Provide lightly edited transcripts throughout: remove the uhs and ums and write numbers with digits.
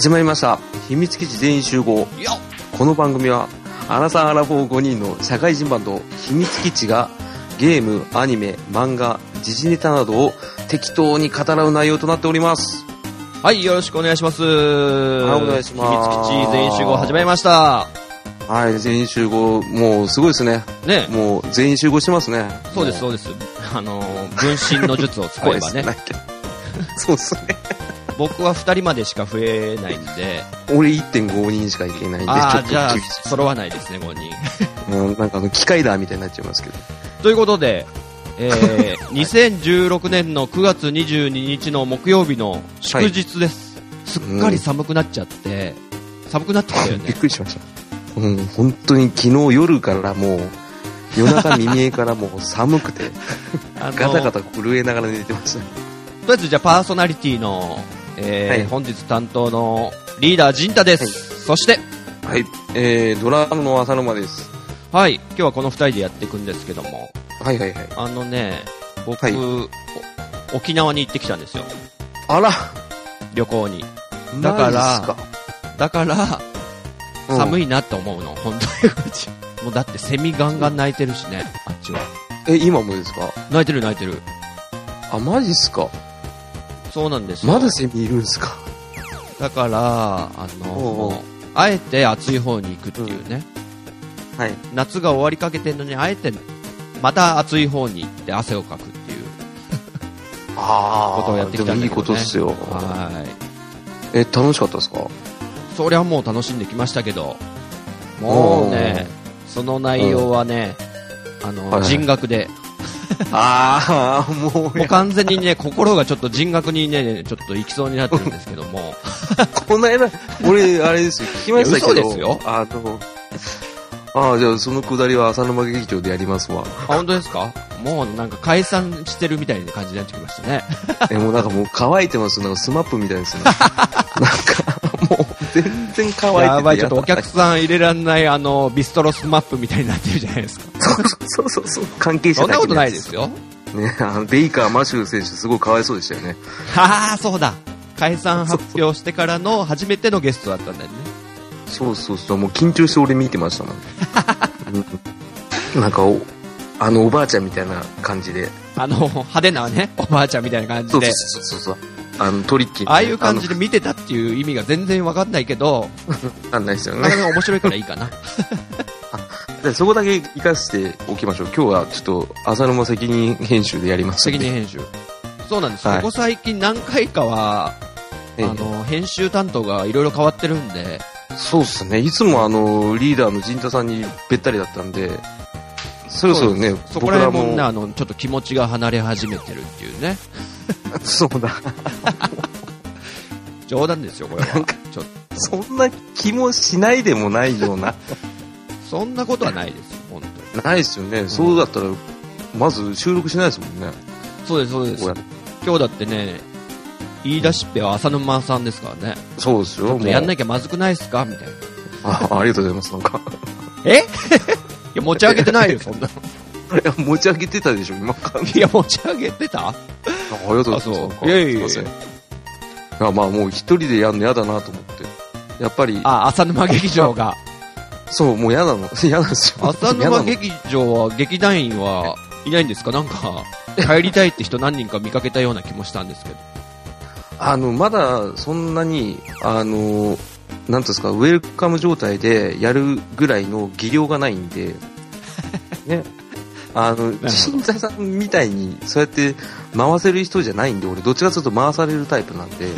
始まりました。秘密基地全員集合。この番組はアラサーアラフォー5人の社会人バンド秘密基地がゲーム、アニメ、漫画、時事ネタなどを適当に語らう内容となっております。 はい、よろしくお願いします。 はい、お願いします。 秘密基地全員集合始まりました。 はい、全員集合、もうすごいですね。 ね、 もう全員集合してますね。 そうですそうです。分身の術を使えばね。 そうですね。 僕は2人までしか増えないんで。 俺 1.5 人しかいけないんで、ちょっとじゃあ揃わないですね、5人。 なんか機械だみたいになっちゃいますけど。 ということで、2016年の9月22日の木曜日の祝日です。はい、すっかり寒くなっちゃって、寒くなってきたよね。 びっくりしました。本当に昨日夜からもう、夜中未明からもう寒くて、ガタガタ震えながら寝てました。 とりあえずじゃあパーソナリティの、はい、本日担当のリーダー陣太です。はい、そして、 はい、ドラムの浅沼です。 はい、今日はこの2人でやっていくんですけども、 はいはいはい。 僕、はい、沖縄に行ってきたんですよ。 あら、 旅行に。だから、寒いなって思うの、本当に。もうだってセミガンガン鳴いてるしね、あっちは。 今もですか？ 鳴いてる鳴いてる。 あ、マジっすか？ そうなんですよ。 まだセミいるんすか？ だから、あえて暑い方に行くっていうね。 はい。 夏が終わりかけてるのに、あえて、また暑い方に行って汗をかくっていう。ことをやってきたんだけどね。 いいことっすよ。 はい。 楽しかったですか？ そりゃもう楽しんできましたけど、もうね、その内容はね、人格で。もう完全にね、心がちょっと人格にね、ちょっと行きそうになってるんですけども。 この間、俺、あれですよ、聞きましたけど。 嘘ですよ。 じゃあそのくだりは浅沼劇場でやりますわ。 本当ですか？もうなんか解散してるみたいな感じになってきましたね。 もうなんかもう乾いてますよ。なんかスマップみたいですね。なんか、もう全然乾いてて。 やばい、ちょっとお客さん入れらんないビストロスマップみたいになってるじゃないですか。 そう。関係者だけ。 そんなことないですよ。 ね、ベイカー・マシュー選手すごいかわいそうでしたよね。 そうだ。解散発表してからの初めてのゲストだったんだよね。 そう、もう緊張して俺見てましたもん。なんかおばあちゃんみたいな感じで。 派手なね、おばあちゃんみたいな感じで。 そう。トリッキー。 ああいう感じで見てたっていう意味が全然わかんないけど。 わかんないですよね。 面白いからいいかな。 そこだけ活かしておきましょう。今日はちょっと浅沼責任編集でやります。 責任編集。そうなんです。ここ最近何回かは、編集担当がいろいろ変わってるんで。 そうっすね。いつもリーダーの陣太さんにべったりだったんで、そろそろね、 そこら辺もね、ちょっと気持ちが離れ始めてるっていうね。 そうだ。 冗談ですよ、これは。ちょっと。 そんな気もしないでもないような。 そんなことはないですよ、本当に。 ないですよね。そうだったら、まず収録しないですもんね。 そうです。今日だってね、言い出しっぺは浅沼さんですからね。 そうですよ。 やんなきゃまずくないですかみたいな。ありがとうございます。なんか。 いや、持ち上げてないよ、そんなの。 いや、持ち上げてたでしょ、今から。 いや、持ち上げてた？ ありがとうございます。 いや。 すいません。もう一人でやるの嫌だなと思って。やっぱり。 浅沼劇場が。 そう、もう嫌なんですよ。 浅沼劇場は、劇団員はいないんですか？なんか、帰りたいって人何人か見かけたような気もしたんですけど。 まだそんなに、なんていうんですか、ウェルカム状態でやるぐらいの技量がないんで、ね、新座さんみたいにそうやって回せる人じゃないんで、俺どっちかというと回されるタイプなんで。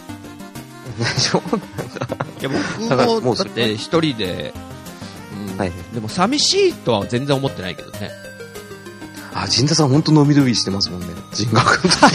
いや、僕もだって一人で、でも寂しいとは全然思ってないけどね。 陣田さん本当伸び伸びしてますもんね、人格の時。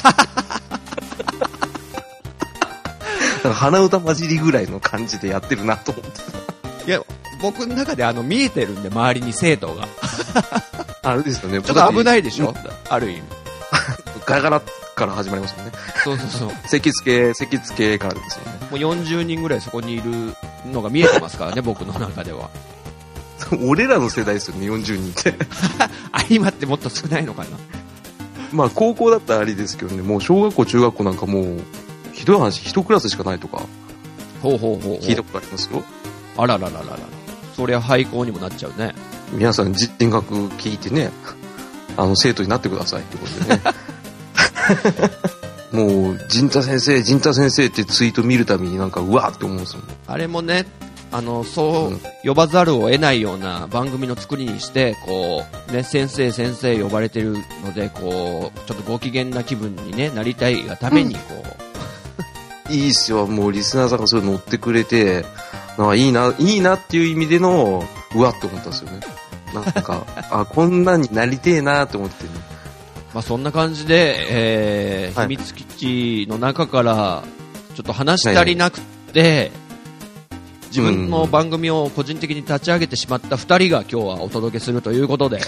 鼻歌混じりぐらいの感じでやってるなと思ってた。いや、僕の中で見えてるんで、周りに生徒が。 あれですよね。 ちょっと危ないでしょ、ある意味。 ガラガラから始まりますもんね。 そう。 席付けからですよね。 もう40人ぐらいそこにいるのが見えてますからね、僕の中では。 俺らの世代ですよね、40人って。 今ってもっと少ないのかな。 高校だったらありですけどね、もう小学校、中学校なんかもう、ひどい話、一クラスしかないとか。 ほうほうほうほう。 聞いたことありますよ。 あららららら。そりゃ廃校にもなっちゃうね。 皆さん人学聞いてね、生徒になってくださいってことでね。もう、陣太先生ってツイート見るたびになんか、うわーって思うんですよ。 あれもね、呼ばざるを得ないような番組の作りにして、こう、ね、先生呼ばれてるので、こう、ちょっとご機嫌な気分にね、なりたいがために、こう。いいっすよ。もうリスナーさんがそれ乗ってくれて、なんかいいなっていう意味での、うわって思ったんですよね。なんか、こんなになりてえなって思ってね。 まあそんな感じで、秘密基地の中から、ちょっと話足りなくて、自分の番組を個人的に立ち上げてしまった2人が今日はお届けするということで、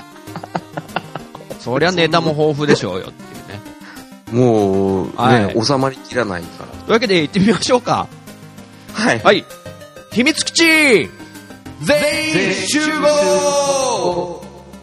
そりゃネタも豊富でしょうよっていうね。 もう、ね、収まりきらないから。 というわけで行ってみましょうか。 はい。 はい。秘密基地全員集合。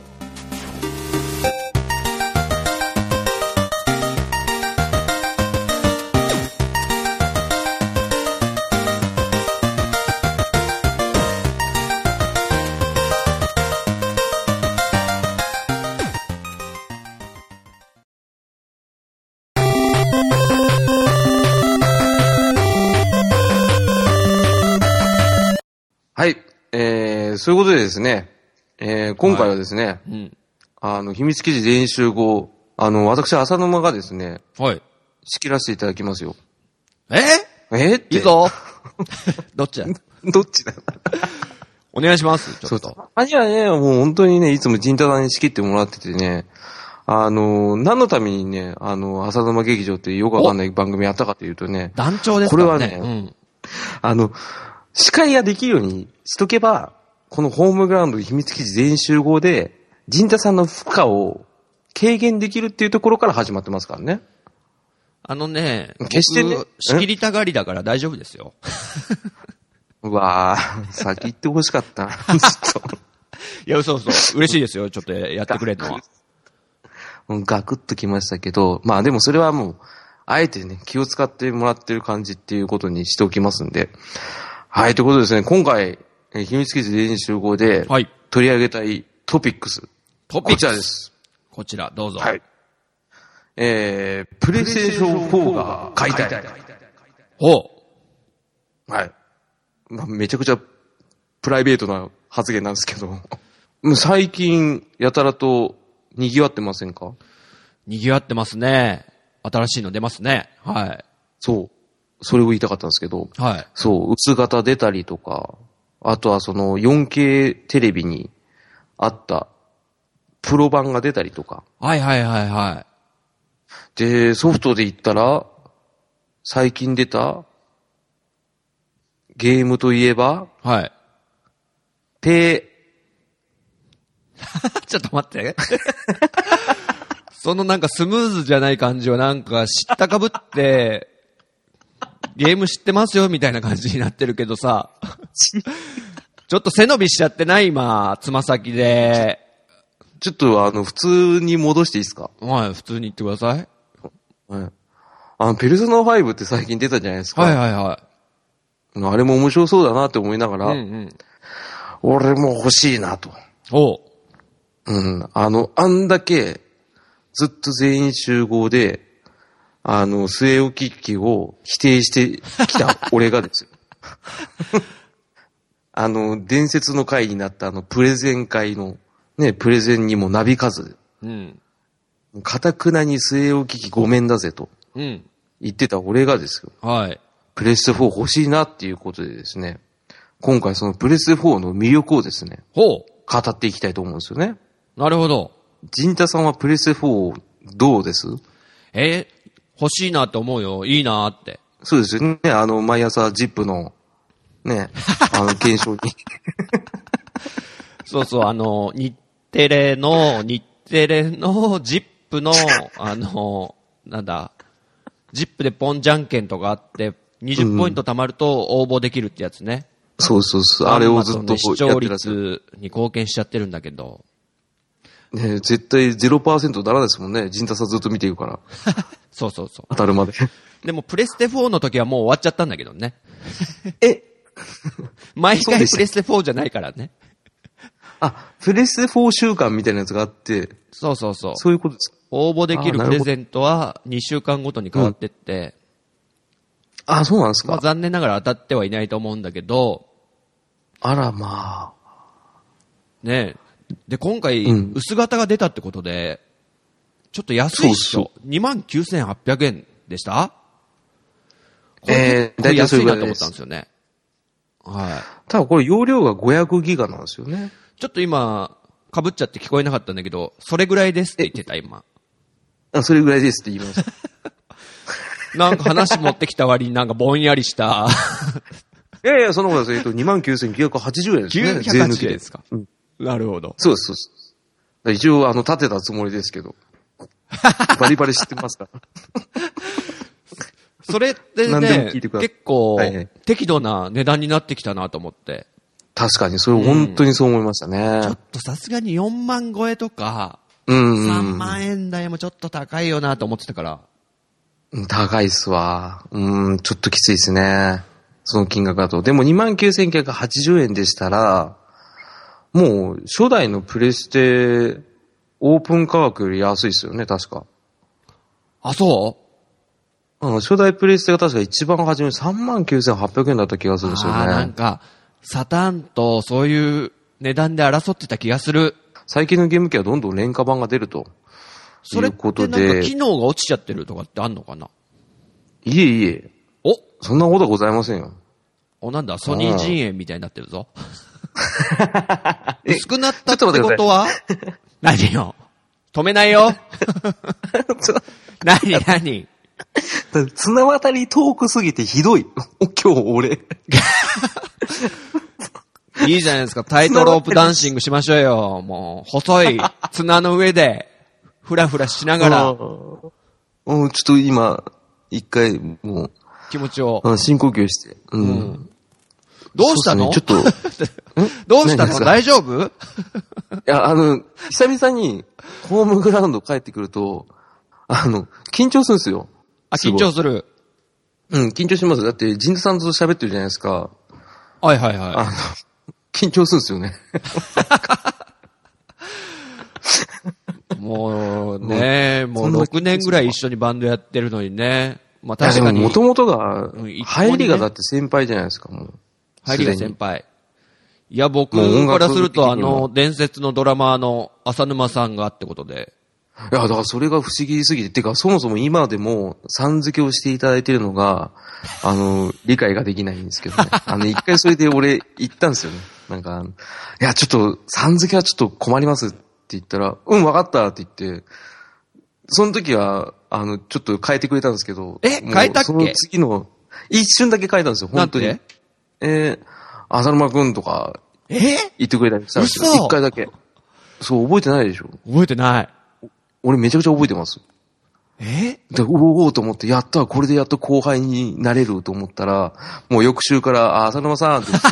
はい。そういうことでですね、今回はですね、はい、秘密基地全員集合、私、浅沼がですね、 はい。 仕切らせていただきますよ。 っていいぞ。どっちだどっちだお願いします。ちょっと。 そう。はね、もう本当にね、いつも陣太さんに仕切ってもらっててね、何のためにね、浅沼劇場ってよくわかんない番組やったかというとね、 団長ですからね。 これはね、司会ができるようにしとけば、このホームグラウンド秘密基地全員集合で、陣太さんの負荷を軽減できるっていうところから始まってますからね。 決してね、仕切りたがりだから大丈夫ですよ。 うわぁ、先言ってほしかったな。ちょっといや、そう。嬉しいですよ。ちょっとやってくれるのは。 ガクッときましたけど、まあでもそれはもう、あえてね、気を使ってもらってる感じっていうことにしておきますんで。はい、ということでですね、今回、秘密基地全員集合で、取り上げたいトピックス。こちらです。 こちら、どうぞ。 はい。プレイステーション4が買いたい。 ほう。はい。まあ、めちゃくちゃプライベートな発言なんですけど、もう最近、やたらと賑わってませんか？ 賑わってますね。新しいの出ますね。はい。 そう。それを言いたかったんですけど、 はい。 そう、薄型出たりとか、あとはその 4K テレビにあったプロ版が出たりとか。 はい。 で、ソフトで言ったら、最近出たゲームといえば、 はい。ちょっと待って。そのなんかスムーズじゃない感じはなんか知ったかぶって、ゲーム知ってますよみたいな感じになってるけどさ、ちょっと背伸びしちゃってない今、つま先で。 ちょっと普通に戻していいですか？ はい、普通に言ってください。 はい。ペルソナ5って最近出たじゃないですか。 はい。 あれも面白そうだなって思いながら、俺も欲しいなと。あんだけ、ずっと全員集合で、据え置き機を否定してきた俺がですよ。伝説の回になったプレゼン会の、ね、プレゼンにもなびかず、かたくなに据え置き機ごめんだぜと、言ってた俺がですよ。 はい。 プレステ4欲しいなっていうことでですね、今回そのプレステ4の魅力をですね、語っていきたいと思うんですよね。 なるほど。 陣太さんはプレステ4どうです？ 欲しいなって思うよ。いいなって。 そうですよね。毎朝ジップの、ね、検証に。 そう、日テレのジップの、ジップでポンじゃんけんとかあって、20ポイント貯まると応募できるってやつね。 そう。あれをずっと視聴率に貢献しちゃってるんだけど。 ね、絶対 0% ならないですもんね。陣太さんずっと見てるから。 そうそうそ当たるまで。 う。でもプレステ4の時はもう終わっちゃったんだけどね。 え毎回プレステ4じゃないからね。 あ、プレステ4週間みたいなやつがあって、 そうそうそう。 そういうことですか。 応募できるプレゼントは2週間ごとに変わってって、 あ、そうなんですか。 残念ながら当たってはいないと思うんだけど、 あらまあ。 ねえ。で、今回、薄型が出たってことで、ちょっと安いっしょ。29,800円でしたこれ安いなと思ったんですよね。はい。 ただこれ容量が500ギガなんですよね。 ちょっと今、被っちゃって聞こえなかったんだけど、それぐらいですって言ってた、今。 あ、それぐらいですって言いました。 なんか話持ってきた割になんかぼんやりした。 いやいや、そのことです。29,980円ですね。税抜きですか。なるほど。 そうです、そうです。一応、立てたつもりですけど。バリバリ知ってますから。 それってね、結構、適度な値段になってきたなと思って。 確かに、それ本当にそう思いましたね。 ちょっとさすがに4万超えとか、3万円台もちょっと高いよなと思ってたから。 高いっすわ。ちょっときついですね。その金額だと。でも29,980円でしたら、もう初代のプレステオープン価格より安いですよね、確か。 あ、そう初代プレステが確か一番初め39,800円だった気がするんですよね。 なんか、サターンとそういう値段で争ってた気がする。 最近のゲーム機はどんどん廉価版が出ると。 それってなんか機能が落ちちゃってるとかってあんのかな？ いえいえ。そんなことはございませんよ。 なんだ、ソニー陣営みたいになってるぞ。薄くなったってことは何よ。止めないよ。何綱渡り遠くすぎてひどい。今日俺。 いいじゃないですか。タイトロープダンシングしましょうよ。もう、細い綱の上で、ふらふらしながら。 ちょっと今、一回、もう、 気持ちを。 深呼吸して。 どうしたの？ ちょっと。 どうしたの？大丈夫？ いや、久々に、ホームグラウンド帰ってくると、緊張するんですよ。 緊張する。 緊張します。だって、ジンズさんと喋ってるじゃないですか。 はいはいはい。 緊張するんですよね。 もうね、もう6年ぐらい一緒にバンドやってるのにね。まあ確かに。 もともとが、入りがだって先輩じゃないですか、もう。 入りが先輩。いや、僕からすると伝説のドラマーの浅沼さんがってことで。 いや、だからそれが不思議すぎて、てか、そもそも今でも、さん付けをしていただいてるのが、理解ができないんですけどね。一回それで俺、言ったんですよね。なんか、いや、ちょっと、さん付けはちょっと困りますって言ったら、わかったって言って、その時は、ちょっと変えてくれたんですけど。 変えたっけ？ その次の、一瞬だけ変えたんですよ、本当に。 なんで浅沼くんとか、言ってくれたりしたんですよ。一回だけ。そう、覚えてないでしょ？ 覚えてない。 俺めちゃくちゃ覚えてます。で、おーと思って、やった、これでやっと後輩になれると思ったら、もう翌週から、浅沼さんって言って。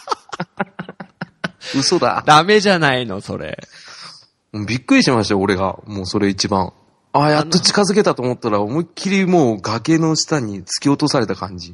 嘘だ。 ダメじゃないの、それ。 びっくりしましたよ、俺が。もうそれ一番。やっと近づけたと思ったら、思いっきりもう崖の下に突き落とされた感じ。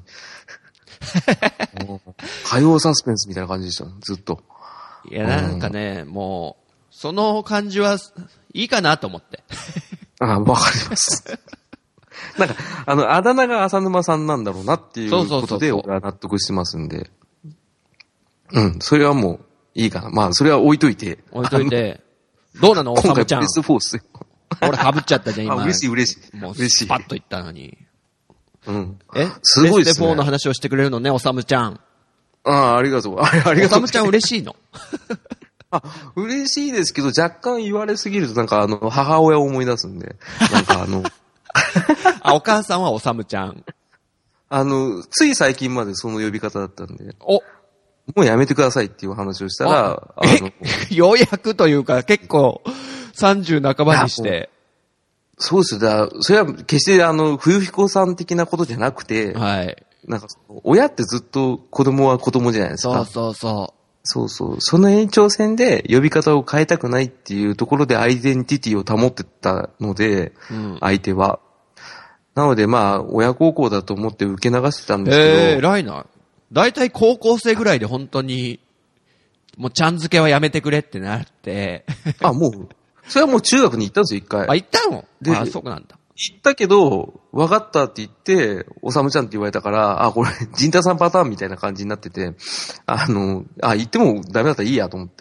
火曜サスペンスみたいな感じでした、ずっと。 いや、なんかね、もう、その感じはいいかなと思って。 わかります。なんか、あだ名が浅沼さんなんだろうなっていうことで、俺は納得してますんで。それはもう、いいかな。まあ、それは置いといて。 どうなのおさむちゃん。 今回プレスフォース。 俺被っちゃったじゃん、今。 嬉しい。 もう、スパッと言ったのに。 すごいですね。 プレステ4の話をしてくれるのね、おさむちゃん。 ありがとう。ありがとう。 おさむちゃん嬉しいの？ 嬉しいですけど、若干言われすぎると、なんか母親を思い出すんで。なんかお母さんはおさむちゃん。 つい最近までその呼び方だったんで。 もうやめてくださいっていう話をしたら、 ようやくというか、結構、30半ばにして。 そうですよ。それは決して冬彦さん的なことじゃなくて、 はい。 なんか、親ってずっと子供は子供じゃないですか。 そう。 その延長線で呼び方を変えたくないっていうところでアイデンティティを保ってたので、相手は。 なのでまあ、親孝行だと思って受け流してたんですけど。 偉いな。だいたい高校生ぐらいで本当に、もうちゃん付けはやめてくれってなって。 あ、もう、それはもう中学に行ったんですよ、一回。 あ、行ったの？ で、 あ、そうなんだ。 行ったけど、分かったって言って、おさむちゃんって言われたから、あ、これ、陣太さんパターンみたいな感じになってて、言ってもダメだったらいいやと思って、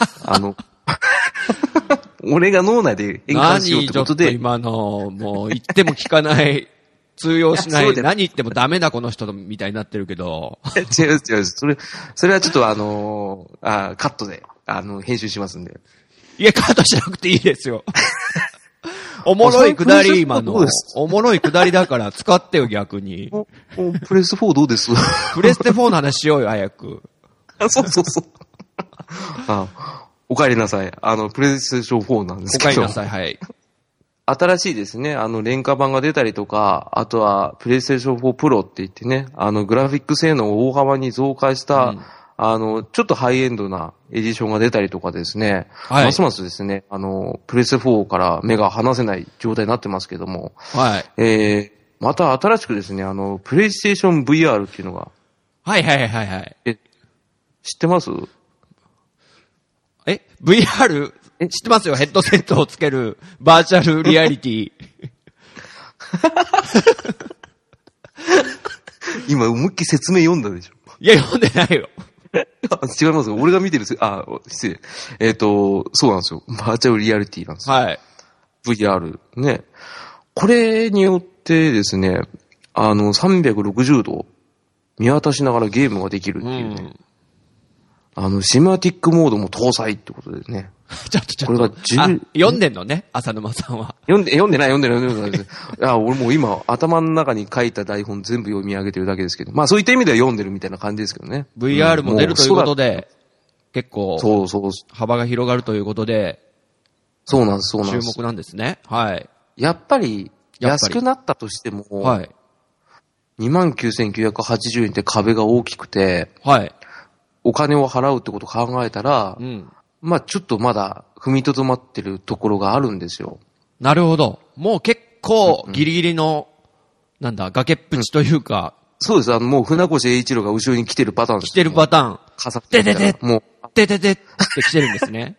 俺が脳内で変換しようってことで。 何ちょっと今の、もう言っても聞かない、通用しない、何言ってもダメなこの人みたいになってるけど。 違う。それはちょっとカットで、編集しますんで。 いや、カットしなくていいですよ。おもろいくだり、今の。おもろいくだりだから使ってよ、逆に。 プレス4どうです？ プレステ4の話しようよ、早く。 そう。お帰りなさい。プレイステーション4なんですけど。 お帰りなさい、はい。 新しいですね。廉価版が出たりとか、あとは、プレイステーション4プロって言ってね、グラフィック性能を大幅に増加した、ちょっとハイエンドなエディションが出たりとかですね。はい。ますますですね、プレイステ4から目が離せない状態になってますけども。 はい。 また新しくですね、プレイステーション VR っていうのが。 はい。知ってます？ VR？ 知ってますよ。ヘッドセットをつけるバーチャルリアリティ。 今思いっきり説明読んだでしょ。 いや、読んでないよ。 違います。俺が見てる、失礼。そうなんですよ。バーチャルリアリティなんですよ。 はい。 VR。ね。これによってですね、360度見渡しながらゲームができるっていうね。シマティックモードも搭載ってことでね。 ちょっと。 これが読んでんのね、浅沼さんは。 読んでない。いや、俺もう今、頭の中に書いた台本全部読み上げてるだけですけど。まあそういった意味では読んでるみたいな感じですけどね。 VR も出るということで、結構、 そう。 幅が広がるということで、 そうなんです。 注目なんですね。はい。 やっぱり、安くなったとしても、 はい。 29,980円って壁が大きくて、 はい。 お金を払うってことを考えたら、まあちょっとまだ踏みとどまってるところがあるんですよ。 なるほど。もう結構ギリギリの、崖っぷちというか。 そうです。もう船越英一郎が後ろに来てるパターンです。 来てるパターン。もう、って来てるんですね。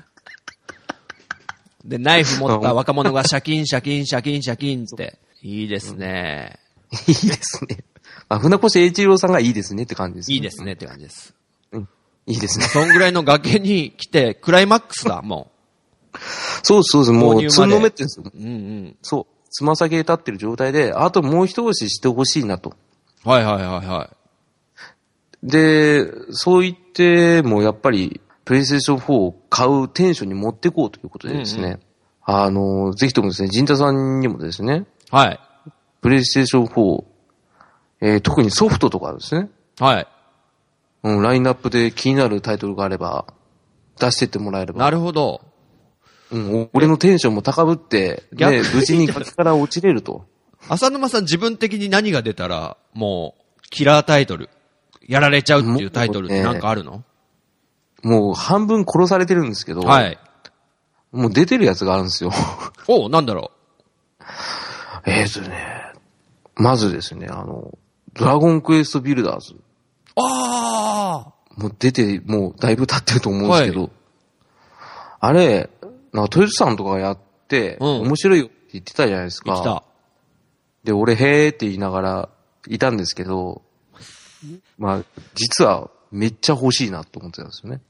で、ナイフ持った若者がシャキンって。いいですね。 いいですね。船越英一郎さんがいいですねって感じです、 いいですねって感じです。 いいですね。 そんぐらいの崖に来て、クライマックスだ、もう。そう。もう、つんのめってんですよ。そう。つま先で立ってる状態で、あともう一押ししてほしいなと。 はい。 で、そう言ってもやっぱり、プレイステーション4を買うテンションに持っていこうということでですね。ぜひともですね、陣太さんにもですね。 はい。 プレイステーション4、特にソフトとかですね。 はい。 ラインナップで気になるタイトルがあれば、出してってもらえれば。 なるほど。 俺のテンションも高ぶって、ね、無事に崖から落ちれると。 浅沼さん自分的に何が出たら、もう、キラータイトル、やられちゃうっていうタイトルってなんかあるの？ もう半分殺されてるんですけど、 はい。 もう出てるやつがあるんですよ。 なんだろう。 まずですね、ドラゴンクエストビルダーズ。もう出て、もうだいぶ経ってると思うんですけど、あれ、トヨタさんとかがやって、面白いよって言ってたじゃないですか。 言ってた。 で、俺、へーって言いながらいたんですけど、まあ、実はめっちゃ欲しいなと思ってたんですよね。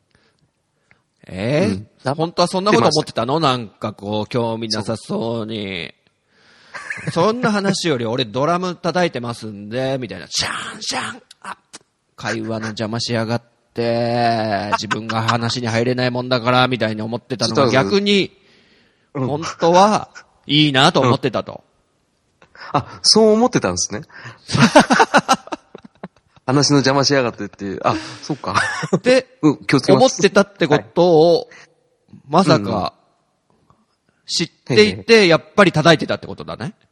本当はそんなこと思ってたの？なんかこう、興味なさそうに。そんな話より俺ドラム叩いてますんで、みたいな。シャンシャン会話の邪魔しやがって、自分が話に入れないもんだから、みたいに思ってたのが逆に、本当はいいなと思ってたと。 そう思ってたんですね。話の邪魔しやがってって、そっか。 で、思ってたってことを、まさか、知っていて、やっぱり叩いてたってことだね。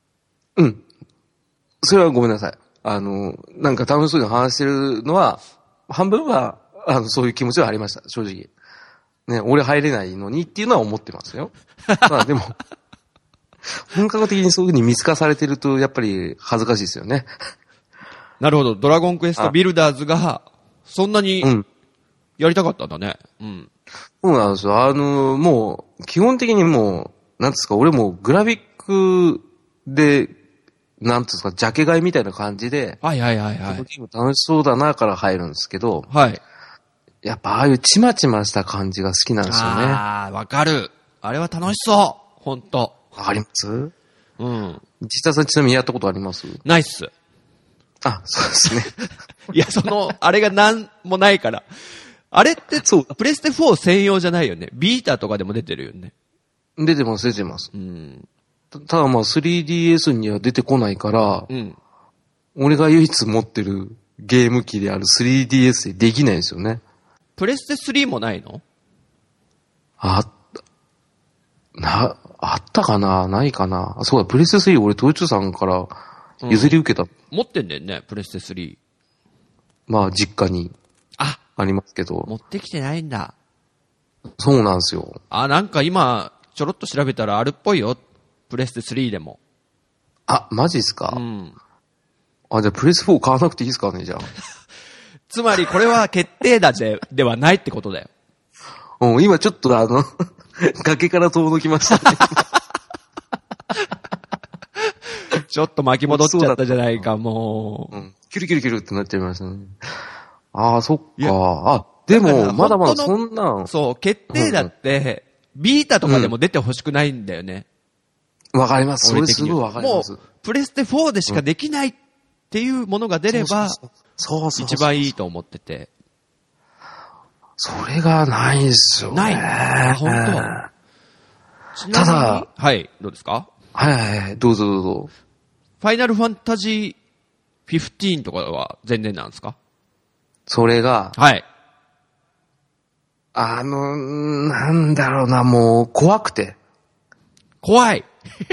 それはごめんなさい。なんか楽しそうに話してるのは、半分は、そういう気持ちはありました、正直。ね、俺入れないのにっていうのは思ってますよ。まあでも、 本格的にそういう風に見透かされてると、やっぱり恥ずかしいですよね。 なるほど。ドラゴンクエストビルダーズが、そんなに、やりたかったんだね。うん。 そうなんですよ。もう、基本的にもう、なんですか、俺もグラフィックで、なんですか、ジャケ買いみたいな感じで、 はいはいはいはい。 このゲーム楽しそうだなから入るんですけど、 はい。 やっぱああいうちまちました感じが好きなんですよね。 ああ、わかる。あれは楽しそう。ほんと。 あります？ うん。 実際さんちなみにやったことあります？ ないっす。 あ、そうですね。 いや、あれがなんもないから。あれって、 そう。 プレステ4専用じゃないよね。ビータとかでも出てるよね。 出てます、出てます。 うん。 ただまあ 3DS には出てこないから、 うん。 俺が唯一持ってるゲーム機である 3DS でできないんですよね。 プレステ3もないの？ あったかな？ないかな？あ、そうだ、プレステ3俺トイツさんから譲り受けた。 持ってんだよね、プレステ3。 まあ実家にありますけど。 持ってきてないんだ。 そうなんですよ。 なんか今、ちょろっと調べたらあるっぽいよ。プレステ3でも。 あ、マジっすか？ うん。 あ、じゃあプレス4買わなくていいですかね、じゃあ。 つまりこれは決定打ではないってことだよ。 うん、今ちょっと崖から遠のきましたね。 ちょっと巻き戻っちゃったじゃないか、もう。 うん。キュルキュルキュルってなっちゃいましたね。ああ、そっか。あ、でも、まだまだそんな。 そう、決定打って、ビータとかでも出てほしくないんだよね。 わかります。それすごいわかります。 もう、プレステ4でしかできないっていうものが出れば、一番いいと思ってて。 それがないですよね。 ない。本当。 ただ、 はい、どうですか？ はいはい、どうぞどうぞ。 ファイナルファンタジー15とかは全然なんですか？ それが、 はい。 なんだろうな、もう、怖くて。 怖い。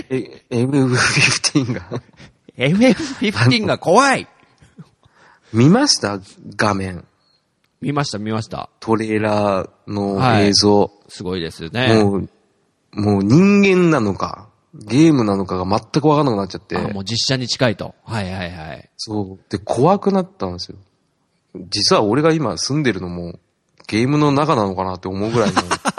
FF15 が。 FF15 が怖い。 見ました画面。 見ました。 トレーラーの映像。はい、 すごいですよね。 もう人間なのか、ゲームなのかが全くわからなくなっちゃって。 もう実写に近いと。はいはいはい。 そう。で、怖くなったんですよ。実は俺が今住んでるのも、ゲームの中なのかなって思うぐらいの。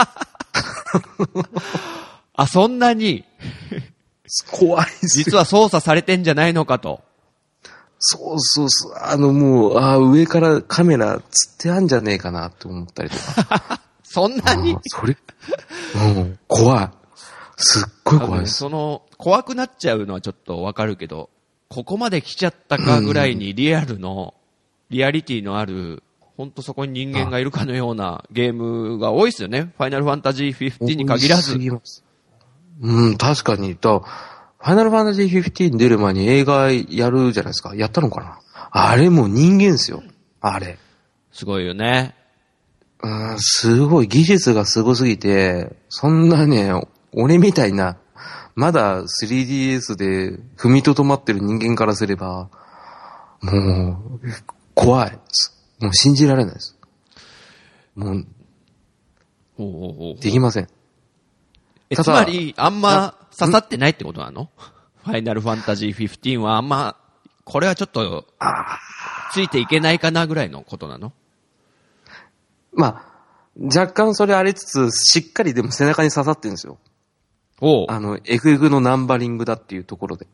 そんなに怖いですよ。 実は操作されてんじゃないのかと。 そうそうそう。もう、上からカメラつってあんじゃねえかなって思ったりとか。 そんなに怖い。すっごい怖いです。 怖くなっちゃうのはちょっとわかるけど、ここまで来ちゃったかぐらいにリアリティのある、ほんとそこに人間がいるかのようなゲームが多いですよね。ファイナルファンタジー15に限らず。 うん、確かに。ファイナルファンタジー15出る前に映画やるじゃないですか。やったのかな？あれもう人間ですよ。あれ。 すごいよね。 すごい。技術がすごすぎて、そんなね、俺みたいな、まだ 3DS で踏みとどまってる人間からすれば、もう、怖いです。もう信じられないです。もう、できません。 つまり、あんま刺さってないってことなの？ファイナルファンタジー15はあんま、これはちょっと、ついていけないかなぐらいのことなの？ まあ、若干それありつつ、しっかりでも背中に刺さってるんですよ。FF のナンバリングだっていうところで。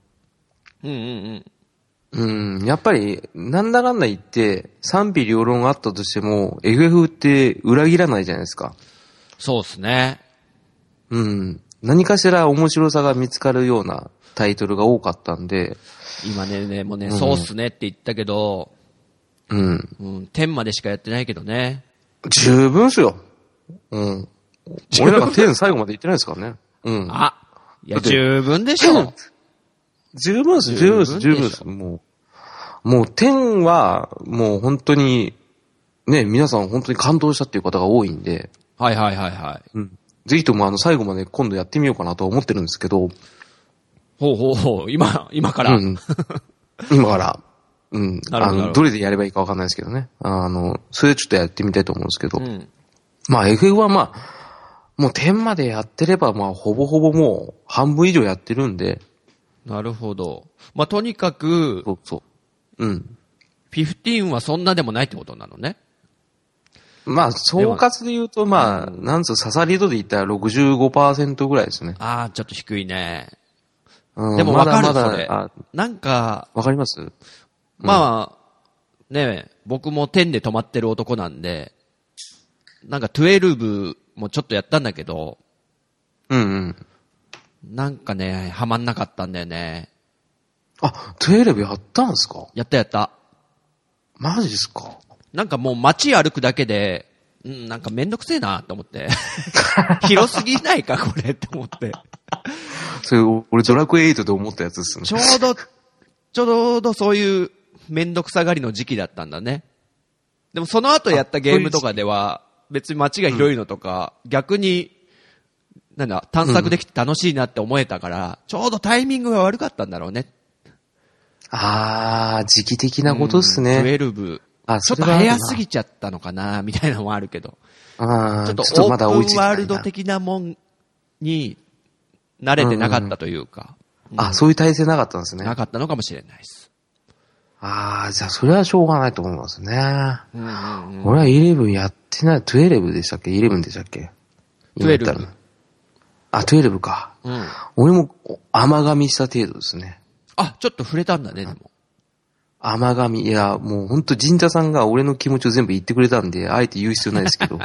やっぱり、なんだかんだ言って、賛否両論あったとしても、FF って裏切らないじゃないですか。 そうっすね。 何かしら面白さが見つかるようなタイトルが多かったんで。 今ね、もうね、そうっすねって言ったけど、10までしかやってないけどね。 十分っすよ。俺らが10最後まで言ってないですからね。 いや、十分でしょ。 十分っす。もう10は、もう本当に、ね、皆さん本当に感動したっていう方が多いんで。 はい。 ぜひとも最後まで今度やってみようかなと思ってるんですけど。 今から。 今から。どれでやればいいかわかんないですけどね。それちょっとやってみたいと思うんですけど。FF はもう10までやってればほぼほぼもう半分以上やってるんで。 なるほど。まあ、とにかく、 そうそう。うん。 15はそんなでもないってことなのね。 まあ、総括で言うと、まあ、なんつう、刺さり度で言ったら 65% ぐらいですね。 ああ、ちょっと低いね。 うん、 でもわかる、 まだそれ。なんか、 わかります？ まあ、ね、僕も10で止まってる男なんで、なんか12もちょっとやったんだけど、 うんうん。 なんかね、ハマんなかったんだよね。 あ、12やったんですか？ やったやった。 マジですか？ なんかもう街歩くだけで、なんかめんどくせえなと思って。広すぎないかこれって思って。 それ、俺ドラクエ8で思ったやつですね。 ちょうどそういうめんどくさがりの時期だったんだね。でもその後やったゲームとかでは、別に街が広いのとか、逆に、なんだ、探索できて楽しいなって思えたから、ちょうどタイミングが悪かったんだろうね。 あー、時期的なことっすね。 12。ちょっと早すぎちゃったのかな、みたいなのもあるけど。ちょっとオープンワールド的なもんに慣れてなかったというか。 そういう体制なかったんですね。 なかったのかもしれないです。 ああ、じゃあそれはしょうがないと思いますね。俺は11やってない。12でしたっけ？ 11 でしたっけ？ 12。 あ、12か。俺も甘噛みした程度ですね。 あ、ちょっと触れたんだね、でも。 甘噛み。いや、もうほんと神田さんが俺の気持ちを全部言ってくれたんで、あえて言う必要ないですけど。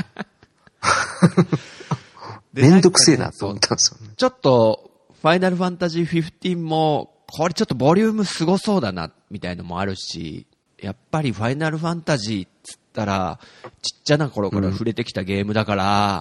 めんどくせえなと思ったんですよね。 ちょっと、ファイナルファンタジー15も、これちょっとボリュームすごそうだな、みたいのもあるし、やっぱりファイナルファンタジーっつったら、ちっちゃな頃から触れてきたゲームだから、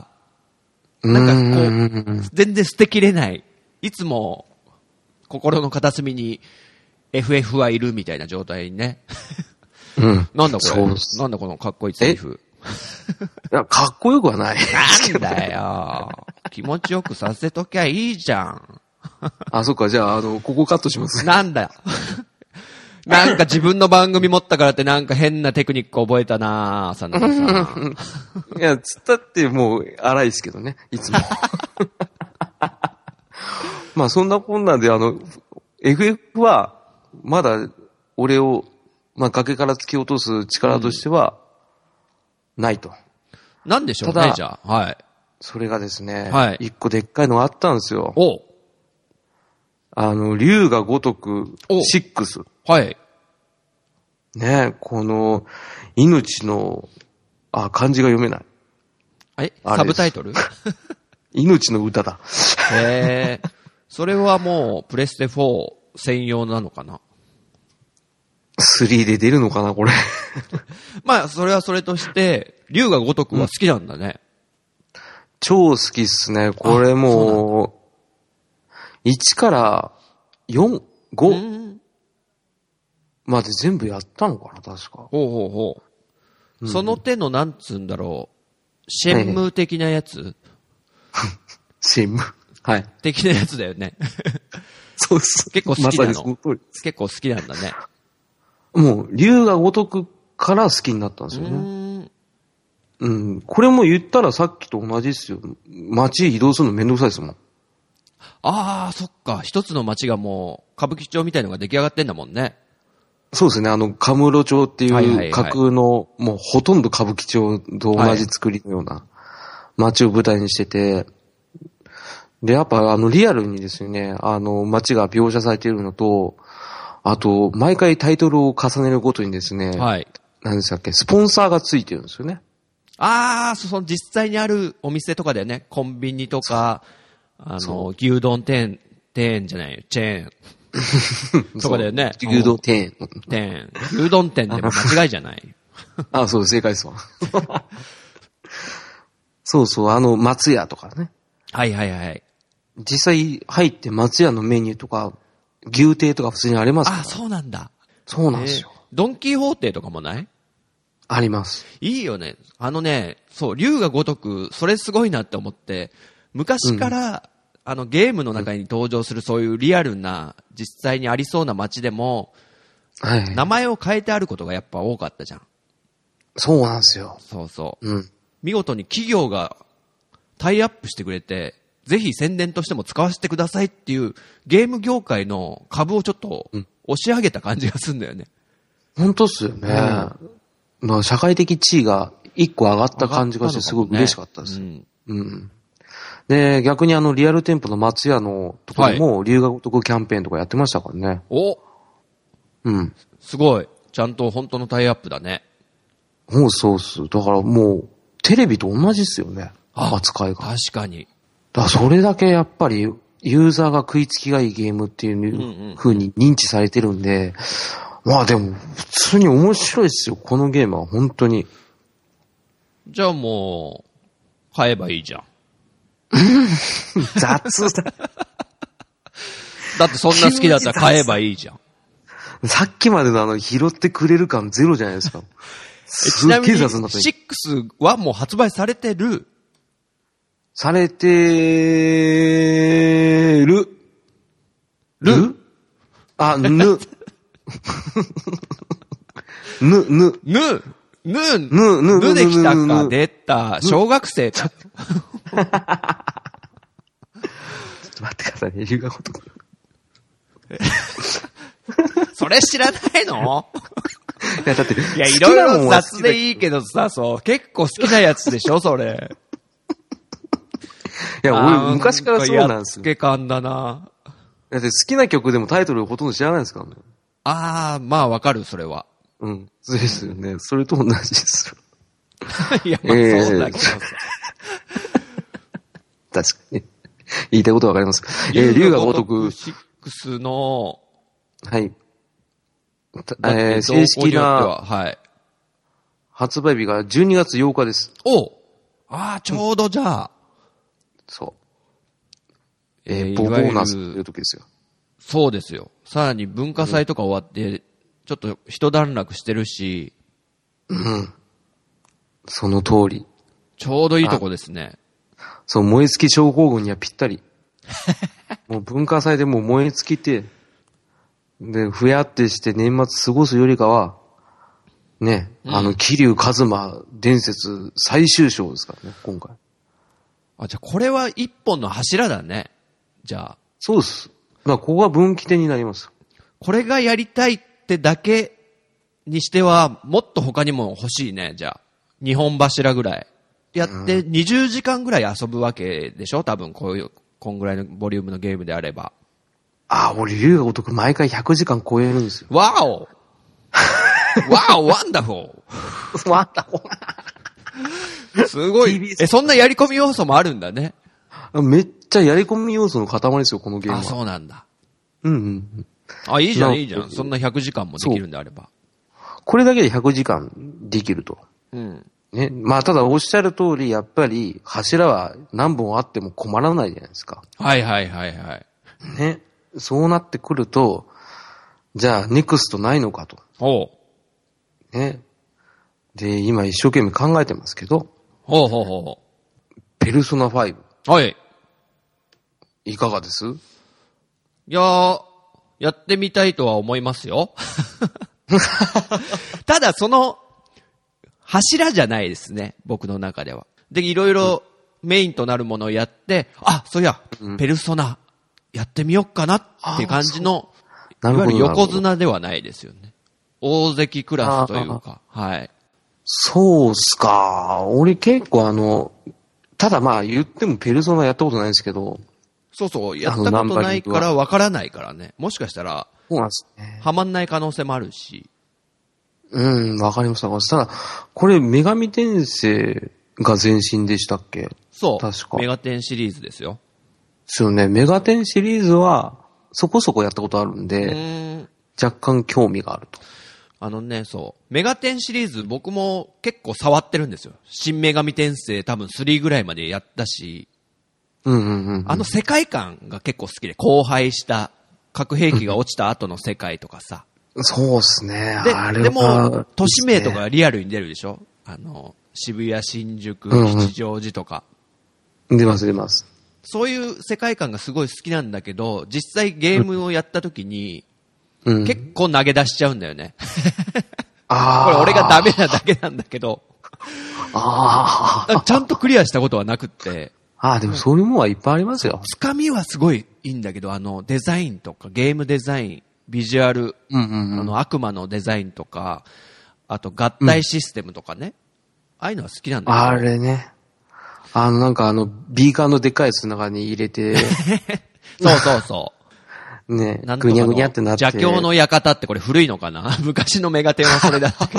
なんかこう、全然捨てきれない。いつも、心の片隅に FF はいるみたいな状態にね。なんだこれ。なんだこのかっこいいセリフ。 いや、かっこよくはない。 なんだよ。気持ちよくさせときゃいいじゃん。 あ、そっか、じゃあ、ここカットします。 なんだよ。なんか自分の番組持ったからってなんか変なテクニック覚えたなぁ、さんさん。 いや、つったってもう荒いですけどね、いつも。まあそんなこんなんでFF は、まだ俺を、まあ崖から突き落とす力としては、ないと。 なんでしょうね、じゃあ。はい。 それがですね、 はい一個でっかいのがあったんですよ。 お竜が如く6。 はい。 ね、この、命の、漢字が読めない。 サブタイトル命の歌だ。 へー。それはもう、プレステ4専用なのかな？ 3 で出るのかな、これ。 まあ、それはそれとして、竜が如くは好きなんだね。 超好きっすね。これもう、1から4、5まで全部やったのかな、確か。 ほう。その手のなんつうんだろう、シェンムー的なやつシェンムー。はい。 的なやつだよね。 そうっす。 結構好きなの。 まさにその通りです。 結構好きなんだね。 もう、竜が如くから好きになったんですよね。これも言ったらさっきと同じですよ。街移動するのめんどくさいですもん。 ああ、そっか。一つの街がもう、歌舞伎町みたいのが出来上がってんだもんね。 そうですね。カムロ町っていう架空の、もうほとんど歌舞伎町と同じ作りのような街を舞台にしてて、で、やっぱリアルにですよね、街が描写されているのと、あと、毎回タイトルを重ねるごとにですね、何でしたっけ、スポンサーがついてるんですよね。 ああ、その実際にあるお店とかだよね。コンビニとか、牛丼店じゃないよ、チェーン。そこだよね。 牛丼店。 牛丼店でも間違いじゃない。 そう、正解ですわ。そうそう、松屋とかね。 はい。 実際入って松屋のメニューとか、牛亭とか普通にありますから。 そうなんだ。 そうなんですよ。 ドンキーホーテとかもない？ あります。 いいよね。そう、竜が如く、それすごいなって思って、昔から、ゲームの中に登場するそういうリアルな、実際にありそうな街でも、名前を変えてあることがやっぱ多かったじゃん。 そうなんですよ。 そう。見事に企業がタイアップしてくれて、 ぜひ宣伝としても使わせてくださいっていうゲーム業界の株をちょっと押し上げた感じがするんだよね。 本当っすよね。まあ、社会的地位が一個上がった感じがしてすごい嬉しかったです。で、逆にリアル店舗の松屋のところも、龍が如くキャンペーンとかやってましたからね。 すごい。ちゃんと本当のタイアップだね。 そうっす。だからもう、テレビと同じっすよね。扱いが。 確かに。 だからそれだけやっぱり、ユーザーが食いつきがいいゲームっていう風に認知されてるんで、まあでも、普通に面白いっすよ。このゲームは本当に。 じゃあもう、買えばいいじゃん。 雑だ。 だってそんな好きだったら買えばいいじゃん。 さっきまでの拾ってくれる感ゼロじゃないですか。 ちなみに、6はもう発売されてる。 されてる。あ、ぬできたか、出た。小学生か。 ちょっと待ってくださいね、龍が如く。 それ知らないの？ いや、だって。 いや、いろいろ雑でいいけどさ、結構好きなやつでしょ、それ。 いや、俺、昔からそうなんですよ。 やっつけ感だな。 だって好きな曲でもタイトルほとんど知らないですからね。 まあわかる、それは。 そうですよね。それと同じですよ。 いや、まあそうだけどさ。 確かに。言いたいことわかります。龍が如く。 6の、 はい。正式な、発売日が12月8日です。 ちょうどじゃあ。 そう。ボーナスという時ですよ。 そうですよ。さらに文化祭とか終わって、ちょっと一段落してるし。 その通り。 ちょうどいいとこですね。 そう、燃え尽き症候群にはぴったり。もう文化祭でもう燃え尽きて、で、ふやってして年末過ごすよりかは、ね、桐生一馬伝説最終章ですからね、今回。 じゃあこれは一本の柱だね。じゃあ。 そうです。ここが分岐点になります。 これがやりたいってだけにしては、もっと他にも欲しいね、じゃあ。2本柱ぐらい。やって20時間ぐらい遊ぶわけでしょ？多分こんぐらいのボリュームのゲームであれば。 俺、龍が如く毎回100時間超えるんですよ。 ワオワオワンダフォーワンダフォーすごい。そんなやり込み要素もあるんだね。 めっちゃやり込み要素の塊ですよ、このゲームは。 そうなんだ。 いいじゃん、いいじゃん。そんな100時間もできるんであれば。 これだけで100時間できると。ね。まあ、ただおっしゃる通り、やっぱり柱は何本あっても困らないじゃないですか。ね。そうなってくると、じゃあ、ネクストないのかと。ね。で、今一生懸命考えてますけど。ペルソナ5。いかがです？ いやー、やってみたいとは思いますよ。ただ、その、柱じゃないですね。僕の中では。で、いろいろメインとなるものをやって、そういや、ペルソナ、やってみよっかなっていう感じの、いわゆる横綱ではないですよね。大関クラスというか。 そうっすか。俺結構ただまあ言ってもペルソナやったことないんですけど。 やったことないからわからないからね。もしかしたら、 そうなんですね。 はまんない可能性もあるし。 わかりました。ただ、これ女神転生が前身でしたっけ？ そう。 確か。 メガテンシリーズですよ。 ですよね。メガテンシリーズは、そこそこやったことあるんで、若干興味があると。 メガテンシリーズ僕も結構触ってるんですよ。新女神転生多分3ぐらいまでやったし、世界観が結構好きで、荒廃した核兵器が落ちた後の世界とかさ。 そうっすね。 でも、都市名とかリアルに出るでしょ？渋谷、新宿、吉祥寺とか。 出ます。 そういう世界観がすごい好きなんだけど、実際ゲームをやった時に、結構投げ出しちゃうんだよね。これ俺がダメなだけなんだけど、ちゃんとクリアしたことはなくって、 でもそういうものはいっぱいありますよ。 つかみはすごいいいんだけど、デザインとか、ゲームデザイン、ビジュアル、悪魔のデザインとか、あと合体システムとかね。ああいうのは好きなんだけど。 あれね。なんかビーカーのでっかいやつの中に入れて。 そうそうそう。 ね、ぐにゃぐにゃってなって。 邪教の館ってこれ古いのかな昔のメガテンはそれだったけど。